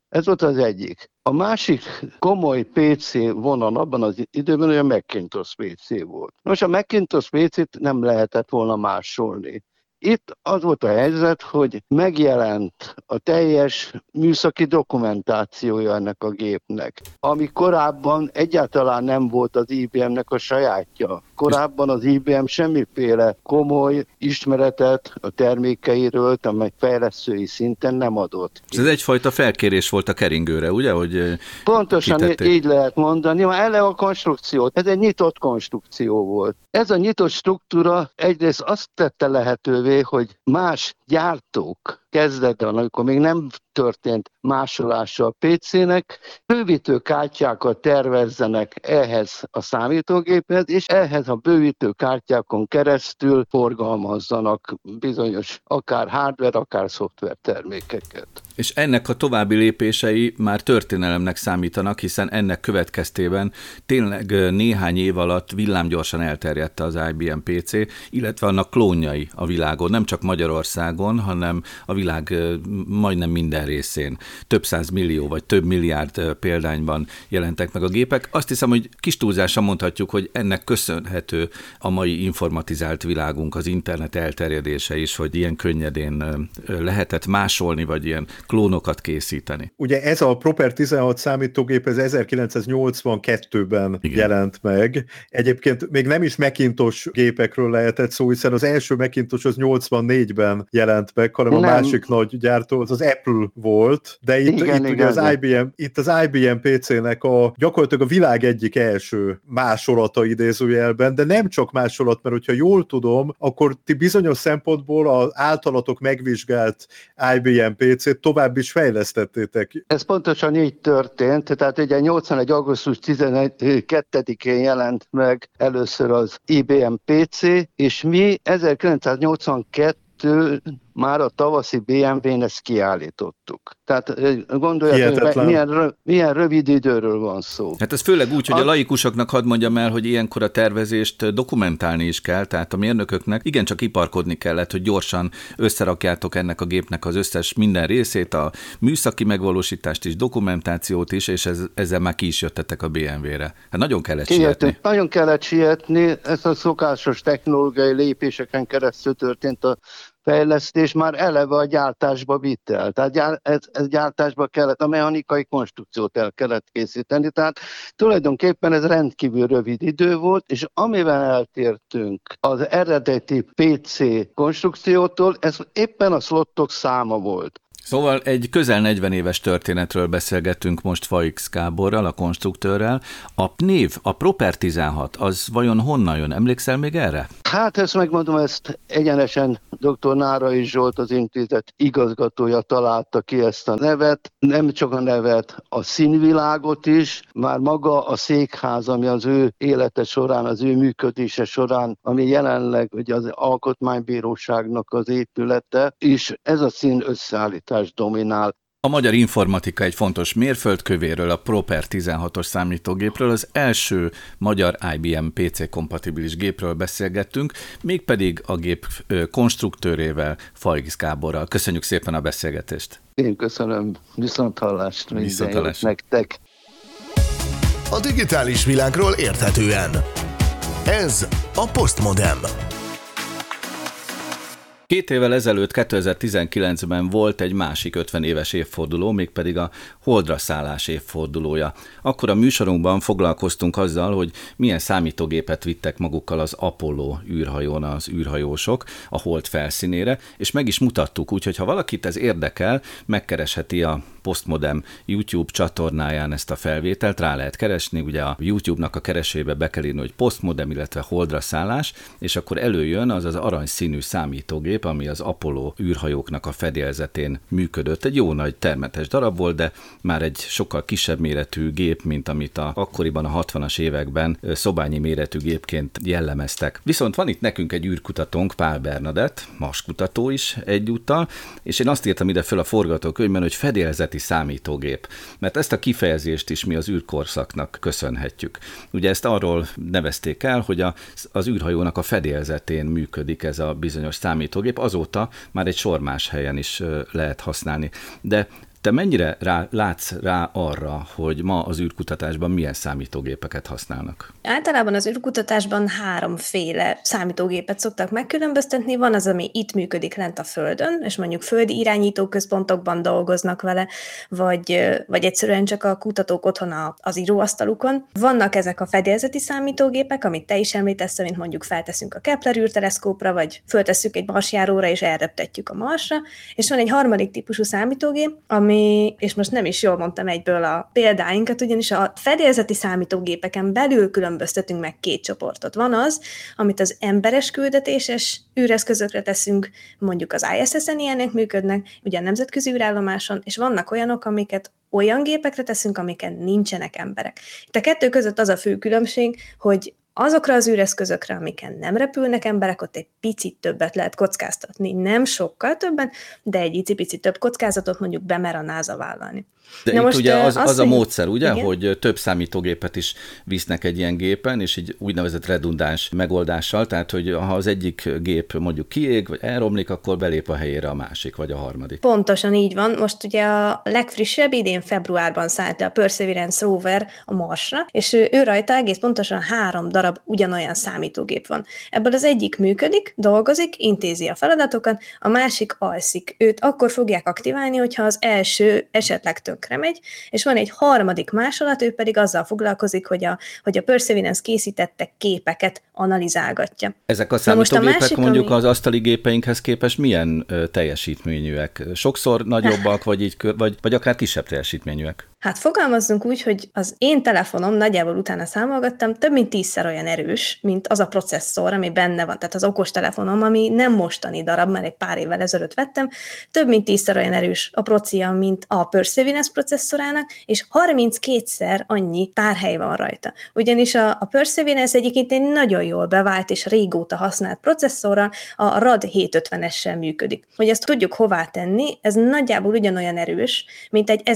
Ez volt az egyik. A másik komoly PC vonal abban az időben, hogy a Macintosh PC volt. Most a Macintosh PC-t nem lehetett volna másolni. Itt az volt a helyzet, hogy megjelent a teljes műszaki dokumentációja ennek a gépnek, ami korábban egyáltalán nem volt az IBM-nek a sajátja. Korábban az IBM semmiféle komoly ismeretet a termékeiről, amely fejlesztői szinten nem adott. Ez egyfajta felkérés volt a keringőre, ugye? Hogy pontosan kitették. Így lehet mondani. Már eleve a konstrukció, ez egy nyitott konstrukció volt. Ez a nyitott struktúra egyrészt azt tette lehetővé, hogy más gyártók kezdetben, amikor még nem történt másolása a PC-nek, bővítőkártyákat tervezzenek ehhez a számítógéphez, és ehhez a bővítőkártyákon keresztül forgalmazzanak bizonyos akár hardware, akár szoftver termékeket. És ennek a további lépései már történelemnek számítanak, hiszen ennek következtében tényleg néhány év alatt villámgyorsan elterjedte az IBM PC, illetve annak klónjai a világon, nem csak Magyarországon, hanem a világ majdnem minden részén. Több 100 millió vagy több milliárd példányban jelentek meg a gépek. Azt hiszem, hogy kis túlzással mondhatjuk, hogy ennek köszönhető a mai informatizált világunk, az internet elterjedése is, hogy ilyen könnyedén lehetett másolni, vagy ilyen klónokat készíteni. Ugye ez a Proper 16 számítógép, ez 1982-ben jelent meg. Egyébként még nem is Macintosh gépekről lehetett szó, hiszen az első Macintosh az 84-ben jelent meg, hanem a másik nagy gyártó az Apple volt, de itt ugye az IBM PC-nek gyakorlatilag a világ egyik első másolata idézőjelben, de nem csak másolat, mert hogyha jól tudom, akkor ti bizonyos szempontból az általatok megvizsgált IBM PC-t tovább is fejlesztettétek. Ez pontosan így történt, tehát ugye 81. augusztus 12-én jelent meg először az IBM PC, és mi 1982 már a tavaszi BMW-n ezt kiállítottuk. Tehát gondoljátok, hogy milyen rövid időről van szó. Hát ez főleg úgy, hogy a laikusoknak hadd mondjam el, hogy ilyenkor a tervezést dokumentálni is kell, tehát a mérnököknek igencsak iparkodni kellett, hogy gyorsan összerakjátok ennek a gépnek az összes minden részét, a műszaki megvalósítást is, dokumentációt is, és ezzel már ki is jöttetek a BMW-re. Hát nagyon kellett sietni. Nagyon kellett sietni, ez a szokásos technológiai lépéseken keresztül történt a fejlesztés, már eleve a gyártásba vitt el. Tehát ez gyártásba kellett, a mechanikai konstrukciót el kellett készíteni. Tehát tulajdonképpen ez rendkívül rövid idő volt, és amivel eltértünk az eredeti PC konstrukciótól, ez éppen a szlottok száma volt. Szóval egy közel 40 éves történetről beszélgetünk most Faix Gáborral, a konstruktőrrel. A név, a Proper 16, az vajon honnan jön? Emlékszel még erre? Hát ezt megmondom, ezt egyenesen dr. Nárai Zsolt, az intézet igazgatója találta ki ezt a nevet. Nem csak a nevet, a színvilágot is, már maga a székház, ami az ő élete során, az ő működése során, ami jelenleg ugye az Alkotmánybíróságnak az épülete, és ez a szín összeállítás dominál. A magyar informatika egy fontos mérföldkövéről, a Proper 16-os számítógépről, az első magyar IBM PC-kompatibilis gépről beszélgettünk, mégpedig a gép konstruktőrével, Faix Gáborral. Köszönjük szépen a beszélgetést! Én köszönöm, viszonthallást mindenjük nektek! A digitális világról érthetően. Ez a Postmodem. 2 évvel ezelőtt, 2019-ben volt egy másik 50 éves évforduló, mégpedig a Holdra szállás évfordulója. Akkor a műsorunkban foglalkoztunk azzal, hogy milyen számítógépet vittek magukkal az Apollo űrhajón az űrhajósok a Hold felszínére, és meg is mutattuk, úgyhogy ha valakit ez érdekel, megkeresheti a Postmodem YouTube csatornáján ezt a felvételt, rá lehet keresni, ugye a YouTube-nak a keresébe be kell írni, hogy Postmodem, illetve Holdra szállás, és akkor előjön az az aranyszínű számítógép, ami az Apollo űrhajóknak a fedélzetén működött. Egy jó nagy termetes darab volt, de már egy sokkal kisebb méretű gép, mint amit akkoriban a 60-as években szobányi méretű gépként jellemeztek. Viszont van itt nekünk egy űrkutatónk, Pál Bernadett, Mars-kutató is egyúttal, és én azt írtam ide föl a forgatókönyvben, hogy fedélzeti számítógép, mert ezt a kifejezést is mi az űrkorszaknak köszönhetjük. Ugye ezt arról nevezték el, hogy az űrhajónak a fedélzetén működik ez a bizonyos számítógép, azóta már egy sor más helyen is lehet használni. De Te mennyire látsz rá arra, hogy ma az űrkutatásban milyen számítógépeket használnak? Általában az űrkutatásban 3 számítógépet szoktak megkülönböztetni. Van az, ami itt működik lent a Földön, és mondjuk földi irányítóközpontokban dolgoznak vele, vagy egyszerűen csak a kutatók otthon az íróasztalukon. Vannak ezek a fedélzeti számítógépek, amit te is említesz, mint mondjuk felteszünk a Kepler űrteleszkópra, vagy föltesszük egy marsjáróra, és elreptetjük a Marsra, és van egy harmadik típusú számítógép, ami, és most nem is jól mondtam egyből a példáinkat, ugyanis a fedélzeti számítógépeken belül különböztetünk meg 2 csoportot. Van az, amit az emberes küldetéses űreszközökre teszünk, mondjuk az ISS-en ilyenek működnek, ugye a nemzetközi űrállomáson, és vannak olyanok, amiket olyan gépekre teszünk, amiken nincsenek emberek. Itt a 2 között az a fő különbség, hogy azokra az űreszközökre, amiken nem repülnek emberek, ott egy picit többet lehet kockáztatni. Nem sokkal többen, de egy icipicit több kockázatot mondjuk bemer a NASA vállalni. De na itt most ugye az a módszer, ugye, igen? hogy több számítógépet is visznek egy ilyen gépen, és így úgynevezett redundáns megoldással, tehát hogy ha az egyik gép mondjuk kiég, vagy elromlik, akkor belép a helyére a másik, vagy a harmadik. Pontosan így van. Most ugye a legfrissebb, idén februárban szállt le a Perseverance rover a Marsra, és ő rajta egész pontosan 3 darab ugyanolyan számítógép van. Ebből az egyik működik, dolgozik, intézi a feladatokat, a másik alszik. Őt akkor fogják aktiválni, hogyha az első esetleg tönkre megy, és van egy harmadik másolat, ő pedig azzal foglalkozik, hogy a Perseverance készítette képeket analizálgatja. Ezek a számítógépek másik, mondjuk az asztali gépeinkhez képest milyen teljesítményűek? Sokszor nagyobbak, vagy akár kisebb teljesítményűek? Hát fogalmazzunk úgy, hogy az én telefonom, nagyjából utána számolgattam, több mint 10-szer olyan erős, mint az a processzor, ami benne van, tehát az okostelefonom, ami nem mostani darab, mert egy pár évvel ezelőtt vettem, több mint 10-szer olyan erős a procia, mint a Perseverance processzorának, és 32-szer annyi tárhely van rajta. Ugyanis a Perseverance egyébként egy nagyon jól bevált és régóta használt processzorral, a RAD 750-essel működik. Hogy ezt tudjuk hová tenni, ez nagyjából ugyanolyan erős, mint egy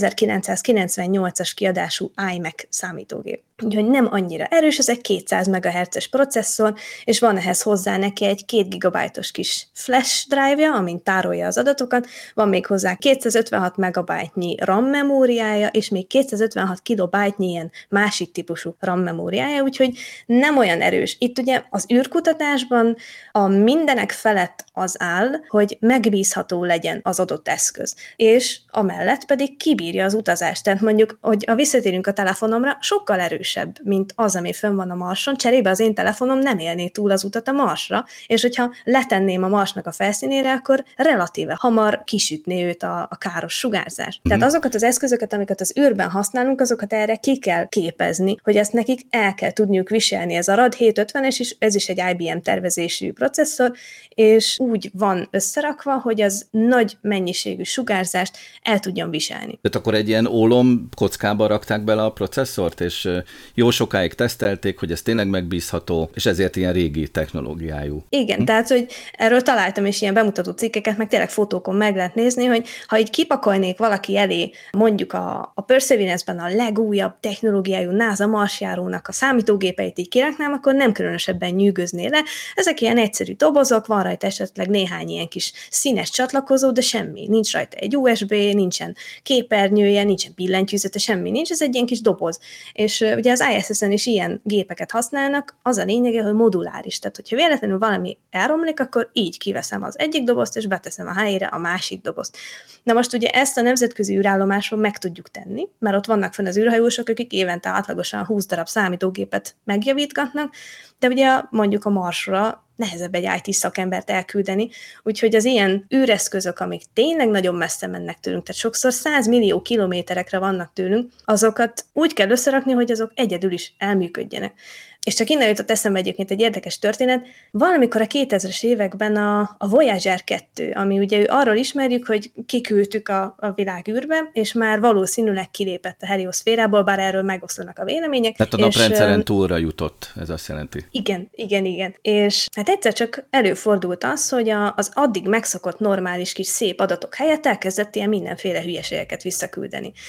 1998-as kiadású iMac számítógép. Úgyhogy nem annyira erős, ez egy 200 MHz-es processzor, és van ehhez hozzá neki egy 2 GB-os kis flash drive-ja, amin tárolja az adatokat, van még hozzá 256 MB-nyi RAM memóriája, és még 256 KB-nyi ilyen másik típusú RAM memóriája, úgyhogy nem olyan erős. Itt ugye az űrkutatásban a mindenek felett az áll, hogy megbízható legyen az adott eszköz, és amellett pedig kibírja az utazást. Tehát mondjuk, hogy visszatérünk a telefonomra, sokkal erősebb, mint az, ami fönn van a Marson, cserébe az én telefonom nem élné túl az utat a Marsra, és hogyha letenném a Marsnak a felszínére, akkor relatíve hamar kisütné őt a káros sugárzás. Tehát azokat az eszközöket, amiket az űrben használunk, azokat erre ki kell képezni, hogy ezt nekik el kell tudniuk viselni. Ez a RAD 750-es is, ez is egy IBM tervezésű processzor, és úgy van összerakva, hogy az nagy mennyiségű sugárzást el tudjon viselni. Tehát akkor egy ilyen ólom kockába rakták bele a processzort, és jó sokáig tesztelték, hogy ez tényleg megbízható, és ezért ilyen régi technológiájú. Igen, tehát, hogy erről találtam is ilyen bemutató cikkeket, meg tényleg fotókon meg lehet nézni, hogy ha így kipakolnék valaki elé mondjuk a Perseverance-ben a legújabb technológiájú NASA marsjárónak a számítógépeit így kiraknám, akkor nem különösebben nyűgözné le. Ezek ilyen egyszerű dobozok, van rajta esetleg néhány ilyen kis színes csatlakozó, de semmi. Nincs rajta egy USB, nincsen képernyője, nincsen billentyűzete, semmi nincs, ez egy ilyen kis doboz. És ugye az ISS-en is ilyen gépeket használnak, az a lényege, hogy moduláris. Tehát, hogyha véletlenül valami elromlik, akkor így kiveszem az egyik dobozt, és beteszem a helyére a másik dobozt. Na most ugye ezt a nemzetközi űrállomáson meg tudjuk tenni, mert ott vannak fenn az űrhajósok, akik évente átlagosan 20 darab számítógépet megjavítgatnak, de ugye mondjuk a Marsra nehezebb egy IT szakembert elküldeni, úgyhogy az ilyen űreszközök, amik tényleg nagyon messze mennek tőlünk, tehát sokszor 100 millió kilométerekre vannak tőlünk, azokat úgy kell összerakni, hogy azok egyedül is elműködjenek. És csak innen jutott eszembe egyébként egy érdekes történet. Valamikor a 2000-es években a Voyager 2, ami ugye arról ismerjük, hogy kiküldtük a világűrbe, és már valószínűleg kilépett a helioszférából, bár erről megoszlanak a vélemények. Tehát a naprendszeren túlra jutott, ez azt jelenti. Igen. És hát egyszer csak előfordult az, hogy az addig megszokott normális kis szép adatok helyett elkezdett ilyen mindenféle hülyeségeket visszaküldeni.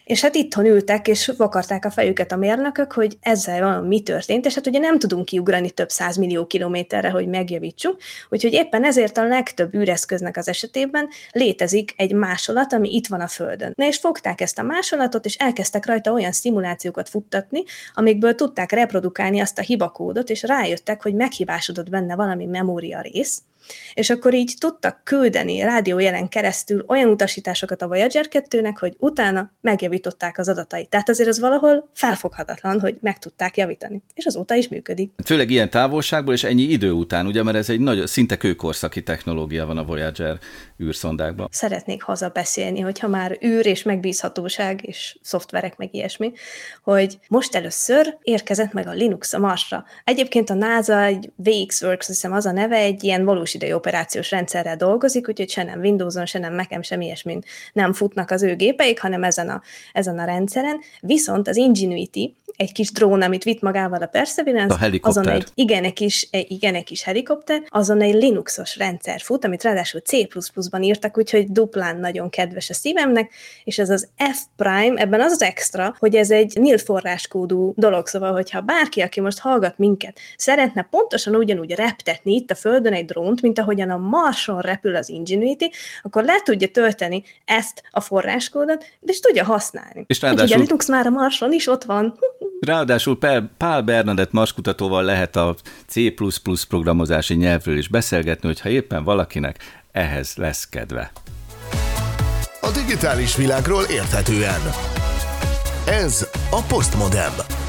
És hát itthon ültek, és vakarták a fejüket a mérnökök, hogy ezzel valami mi történt, és hát ugye nem tudunk kiugrani több 100 millió kilométerre, hogy megjavítsuk, úgyhogy éppen ezért a legtöbb űreszköznek az esetében létezik egy másolat, ami itt van a Földön. Na és fogták ezt a másolatot, és elkezdtek rajta olyan szimulációkat futtatni, amikből tudták reprodukálni azt a hibakódot, és rájöttek, hogy meghibásodott benne valami memória rész, és akkor így tudtak küldeni rádiójelen keresztül olyan utasításokat a Voyager 2-nek, hogy utána megjavították az adatait. Tehát azért az valahol felfoghatatlan, hogy meg tudták javítani. És azóta is működik. Főleg ilyen távolságból és ennyi idő után, ugye, mert ez egy nagy, szinte kőkorszaki technológia van a Voyager űrszondákban. Szeretnék hazabeszélni, hogyha már űr és megbízhatóság és szoftverek meg ilyesmi, hogy most először érkezett meg a Linux a Marsra. Egyébként a NASA, egy VxWorks, hiszem az a neve, egy ilyen valós idejű operációs rendszerrel dolgozik, úgyhogy se nem Windowson, se nem Mac-en, sem ilyesmin nem futnak az ő gépeik, hanem ezen a rendszeren. Viszont az Ingenuity, egy kis drón, amit vitt magával a Perseverance, azon egy kis helikopter, azon egy Linuxos rendszer fut, amit ráadásul C++-ban írtak, úgyhogy duplán nagyon kedves a szívemnek, és ez az F-Prime, ebben az extra, hogy ez egy NIL forráskódú dolog, szóval, hogyha bárki, aki most hallgat minket, szeretne pontosan ugyanúgy reptetni itt a Földön egy drónt, mint ahogyan a Marson repül az Ingenuity, akkor le tudja tölteni ezt a forráskódot, és tudja használni. És ráadásul... Úgyhogy a Linux már a Marson is ott van. Ráadásul Pál Bernadett marskutatóval lehet a C++ programozási nyelvről is beszélgetni, hogyha éppen valakinek ehhez lesz kedve. A digitális világról érthetően. Ez a Postmodem.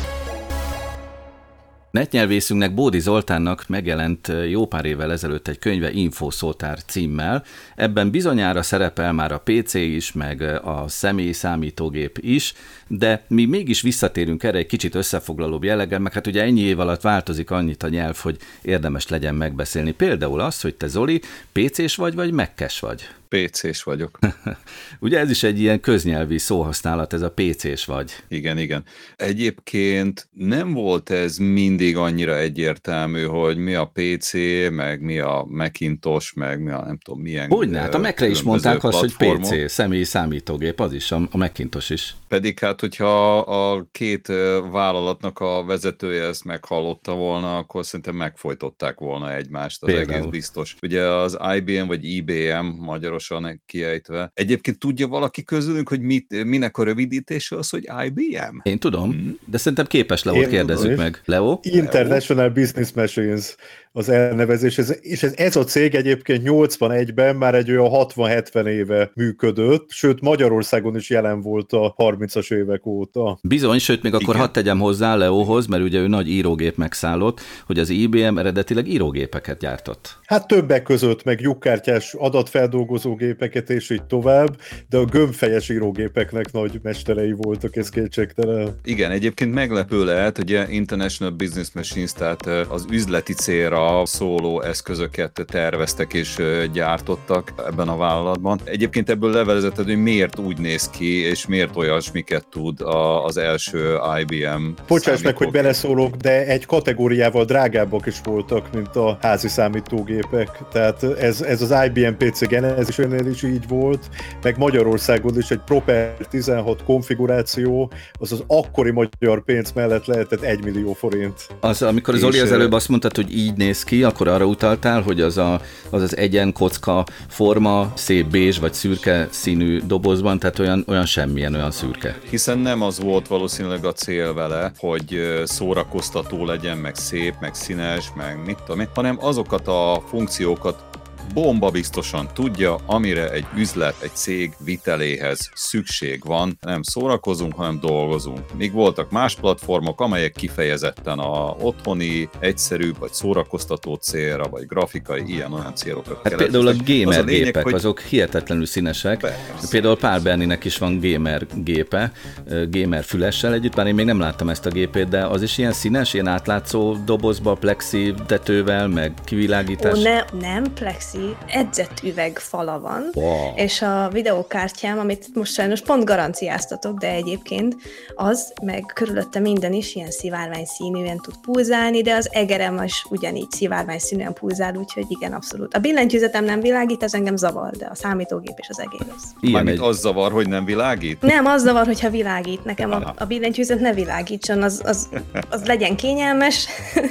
Netnyelvészünknek, Bódi Zoltánnak megjelent jó pár évvel ezelőtt egy könyve Infószótár címmel. Ebben bizonyára szerepel már a PC is, meg a személyi számítógép is, de mi mégis visszatérünk erre egy kicsit összefoglalóbb jelleggel, meg hát ugye ennyi év alatt változik annyit a nyelv, hogy érdemes legyen megbeszélni. Például az, hogy te, Zoli, PC-s vagy Mac-es vagy? PC-s vagyok. Ugye ez is egy ilyen köznyelvi szóhasználat, ez a PC-s vagy. Igen. Egyébként nem volt ez mindig annyira egyértelmű, hogy mi a PC, meg mi a Macintosh, meg mi a nem tudom milyen. Hogyne, hát a Mac-re is mondták azt, hogy PC, személyi számítógép, az is, a Macintosh is. Pedig hát, hogyha a két vállalatnak a vezetője ezt meghallotta volna, akkor szerintem megfojtották volna egymást, az például. Egész biztos. Ugye az IBM vagy IBM magyarosan kiejtve. Egyébként tudja valaki közülünk, hogy minek a rövidítése az, hogy IBM? Én tudom, de szerintem képes Leót kérdezzük meg. Leo? International Business Machines az elnevezés, és ez a cég egyébként 81-ben már egy olyan 60-70 éve működött, sőt Magyarországon is jelen volt a 30-as évek óta. Bizony, sőt még akkor hadd tegyem hozzá Leóhoz, mert ugye ő nagy írógép megszállott, hogy az IBM eredetileg írógépeket gyártott. Hát többek között meg lyukkártyás adatfeldolgozógépeket és így tovább, de a gömbfejes írógépeknek nagy mesterei voltak, ez kétségtelen. Igen, egyébként meglepő lehet, ugye International Business Machines, tehát az üzleti célra szóló eszközöket terveztek és gyártottak ebben a vállalatban. Egyébként ebből levezetett, hogy miért úgy néz ki, és miért olyasmiket tud az első IBM. Bocsáss meg, hogy beleszólok, de egy kategóriával drágábbak is voltak, mint a házi számítógépek. Tehát ez az IBM PC Genesis-nél is így volt, meg Magyarországon is egy Proper 16 konfiguráció, az akkori magyar pénz mellett lehetett 1 millió forint. Amikor Zoli az előbb azt mondtad, hogy így néz ki, akkor arra utaltál, hogy az egyen kocka forma, szép bézs vagy szürke színű dobozban, tehát olyan semmilyen, olyan szürke. Hiszen nem az volt valószínűleg a cél vele, hogy szórakoztató legyen, meg szép, meg színes, meg mit tudom én, hanem azokat a funkciókat bomba biztosan tudja, amire egy üzlet, egy cég viteléhez szükség van. Nem szórakozunk, hanem dolgozunk. Míg voltak más platformok, amelyek kifejezetten a otthoni, egyszerűbb, vagy szórakoztató célra, vagy grafikai, ilyen-olyan célokat hát például a gamer gépek, azok hihetetlenül színesek. Persze. Például Pál Berninek is van gamer gépe, gamer fülessel együtt, bár én még nem láttam ezt a gépét, de az is ilyen színes, ilyen átlátszó dobozba, plexi tetővel, meg kivilágítás. Nem plexi igazi edzett üveg fala van, és a videókártyám, amit most sajnos pont garanciáztatok, de egyébként az, meg körülötte minden is ilyen szivárvány színűen tud pulzálni, de az egerem is ugyanígy szivárvány színűen pulzál, úgyhogy igen, abszolút. A billentyűzetem nem világít, ez engem zavar, de a számítógép és az egér az. Mármint az zavar, hogy nem világít? Nem, az zavar, hogyha világít. Nekem a billentyűzet ne világítson, az legyen kényelmes,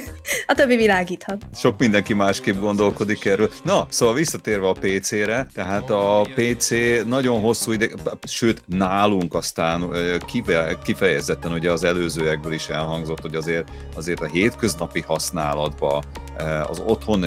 a többi világíthat. Sok mindenki másképp gondolkodik erről. Na, szóval visszatérve a PC-re, tehát a PC nagyon hosszú ideig, sőt nálunk aztán kifejezetten ugye az előzőekből is elhangzott, hogy azért a hétköznapi használatban, az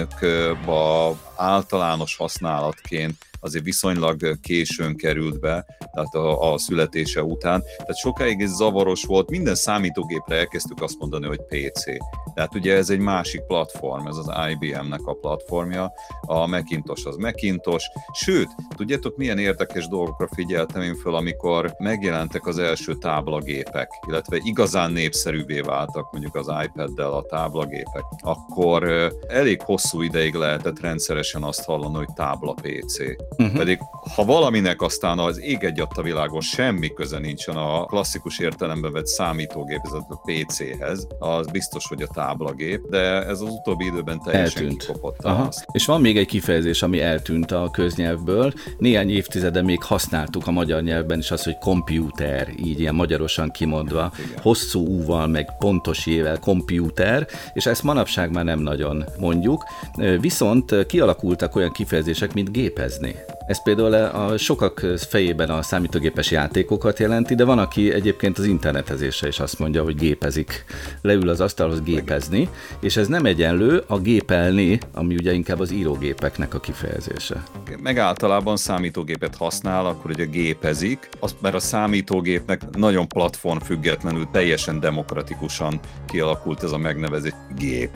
otthonokban általános használatként azért viszonylag későn került be, tehát a születése után. Tehát sokáig ez zavaros volt, minden számítógépre elkezdtük azt mondani, hogy PC. Tehát ugye ez egy másik platform, ez az IBM-nek a platformja, a Macintosh az Macintosh, sőt, tudjátok milyen érdekes dolgokra figyeltem én föl, amikor megjelentek az első táblagépek, illetve igazán népszerűvé váltak mondjuk az iPad-del a táblagépek, akkor elég hosszú ideig lehetett rendszeresen azt hallani, hogy tábla PC. Pedig ha valaminek aztán az ég egyatt a világon semmi köze nincsen a klasszikus értelemben vett számítógéphez, a PC-hez, az biztos, hogy a táblagép, de ez az utóbbi időben teljesen kikopott. És van még egy kifejezés, ami eltűnt a köznyelvből. Néhány évtizede még használtuk a magyar nyelvben is azt, hogy komputer, így ilyen magyarosan kimondva, hosszú U-val, meg pontos J-vel komputer, és ezt manapság már nem nagyon mondjuk. Viszont kialakultak olyan kifejezések, mint gépezni. Ez például a sokak fejében a számítógépes játékokat jelenti, de van, aki egyébként az internetezésre is azt mondja, hogy gépezik. Leül az asztalhoz gépezni, és ez nem egyenlő a gépelni, ami ugye inkább az írógépeknek a kifejezése. Meg általában számítógépet használ, akkor ugye gépezik, mert a számítógépnek nagyon platform függetlenül, teljesen demokratikusan kialakult ez a megnevezés gép.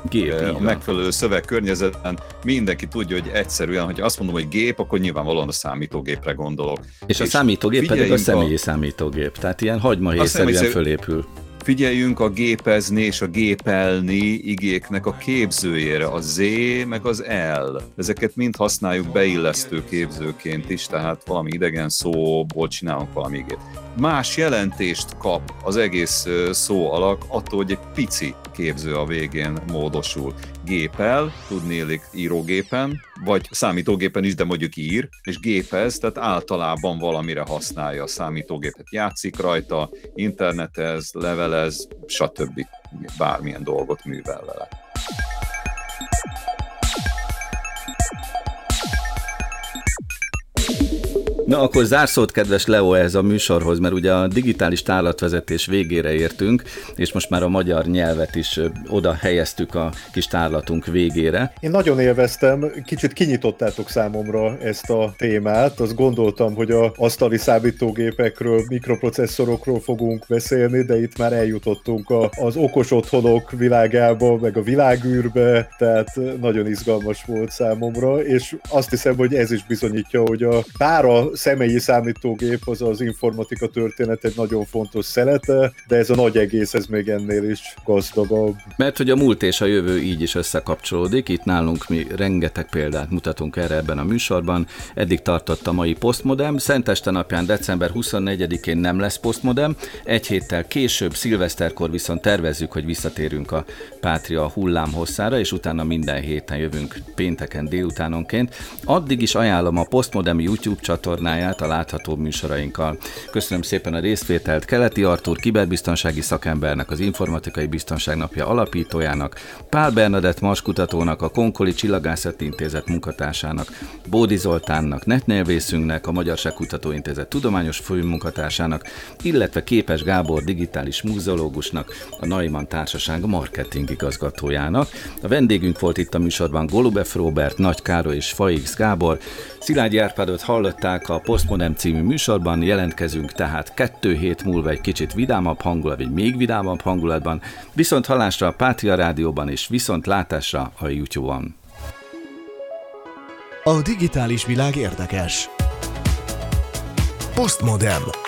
A megfelelő szövegkörnyezetben mindenki tudja, hogy egyszerűen, hogy azt mondom, hogy gép, akkor nyilvánvalóan a számítógépre gondolok. És a számítógép pedig a személyi számítógép, tehát ilyen hagymahéjszerűen fölépül. Figyeljünk a gépezni és a gépelni igéknek a képzőjére, a Z meg az L. Ezeket mind használjuk beillesztő képzőként is, tehát valami idegen szóból csinálunk valami igét. Más jelentést kap az egész szó alak attól, hogy egy pici képző a végén módosul. Gépel, tudnélik írógépen, vagy számítógépen is, de mondjuk ír, és gépez, tehát általában valamire használja a számítógépet. Játszik rajta, internetez, levelez, stb. Bármilyen dolgot művel vele. Na akkor zárszót, kedves Leo, ez a műsorhoz, mert ugye a digitális tárlatvezetés végére értünk, és most már a magyar nyelvet is oda helyeztük a kis tárlatunk végére. Én nagyon élveztem, kicsit kinyitottátok számomra ezt a témát, azt gondoltam, hogy az asztali számítógépekről, mikroprocesszorokról fogunk beszélni, de itt már eljutottunk az okos otthonok világába, meg a világűrbe, tehát nagyon izgalmas volt számomra, és azt hiszem, hogy ez is bizonyítja, hogy bár a személyi számítógép az informatika történet egy nagyon fontos szelete, de ez a nagy egész, ez még ennél is gazdagabb. Mert hogy a múlt és a jövő így is összekapcsolódik, itt nálunk mi rengeteg példát mutatunk erre ebben a műsorban. Eddig tartott a mai Postmodem, Szenteste napján december 24-én nem lesz Postmodem, egy héttel később, szilveszterkor viszont tervezzük, hogy visszatérünk a Pátria hullámhosszára, és utána minden héten jövünk pénteken délutánonként. Addig is ajánlom a Postmodem YouTube csatornáját a látható műsorainkkal. Köszönöm szépen a részvételt Keleti Artúr kiberbiztonsági szakembernek, az Informatikai Biztonság Napja alapítójának, Pál Bernadett marskutatónak, a Konkoli Csillagászati Intézet munkatársának, Bódi Zoltánnak, netnyelvészünknek, a Magyarságkutató Intézet tudományos főmunkatársának, illetve Képes Gábor digitális múzeológusnak, a Neumann Társaság marketing igazgatójának. A vendégünk volt itt a műsorban Golubev Róbert, Nagy Károly és Faix Gábor. Szilágyi Árpádot hallották a Postmodem című műsorban, jelentkezünk tehát 2 hét múlva egy kicsit vidámabb hangulat, vagy még vidámabb hangulatban, viszont hallásra a Pátria Rádióban és viszont látásra a YouTube-on. A digitális világ érdekes. Postmodem.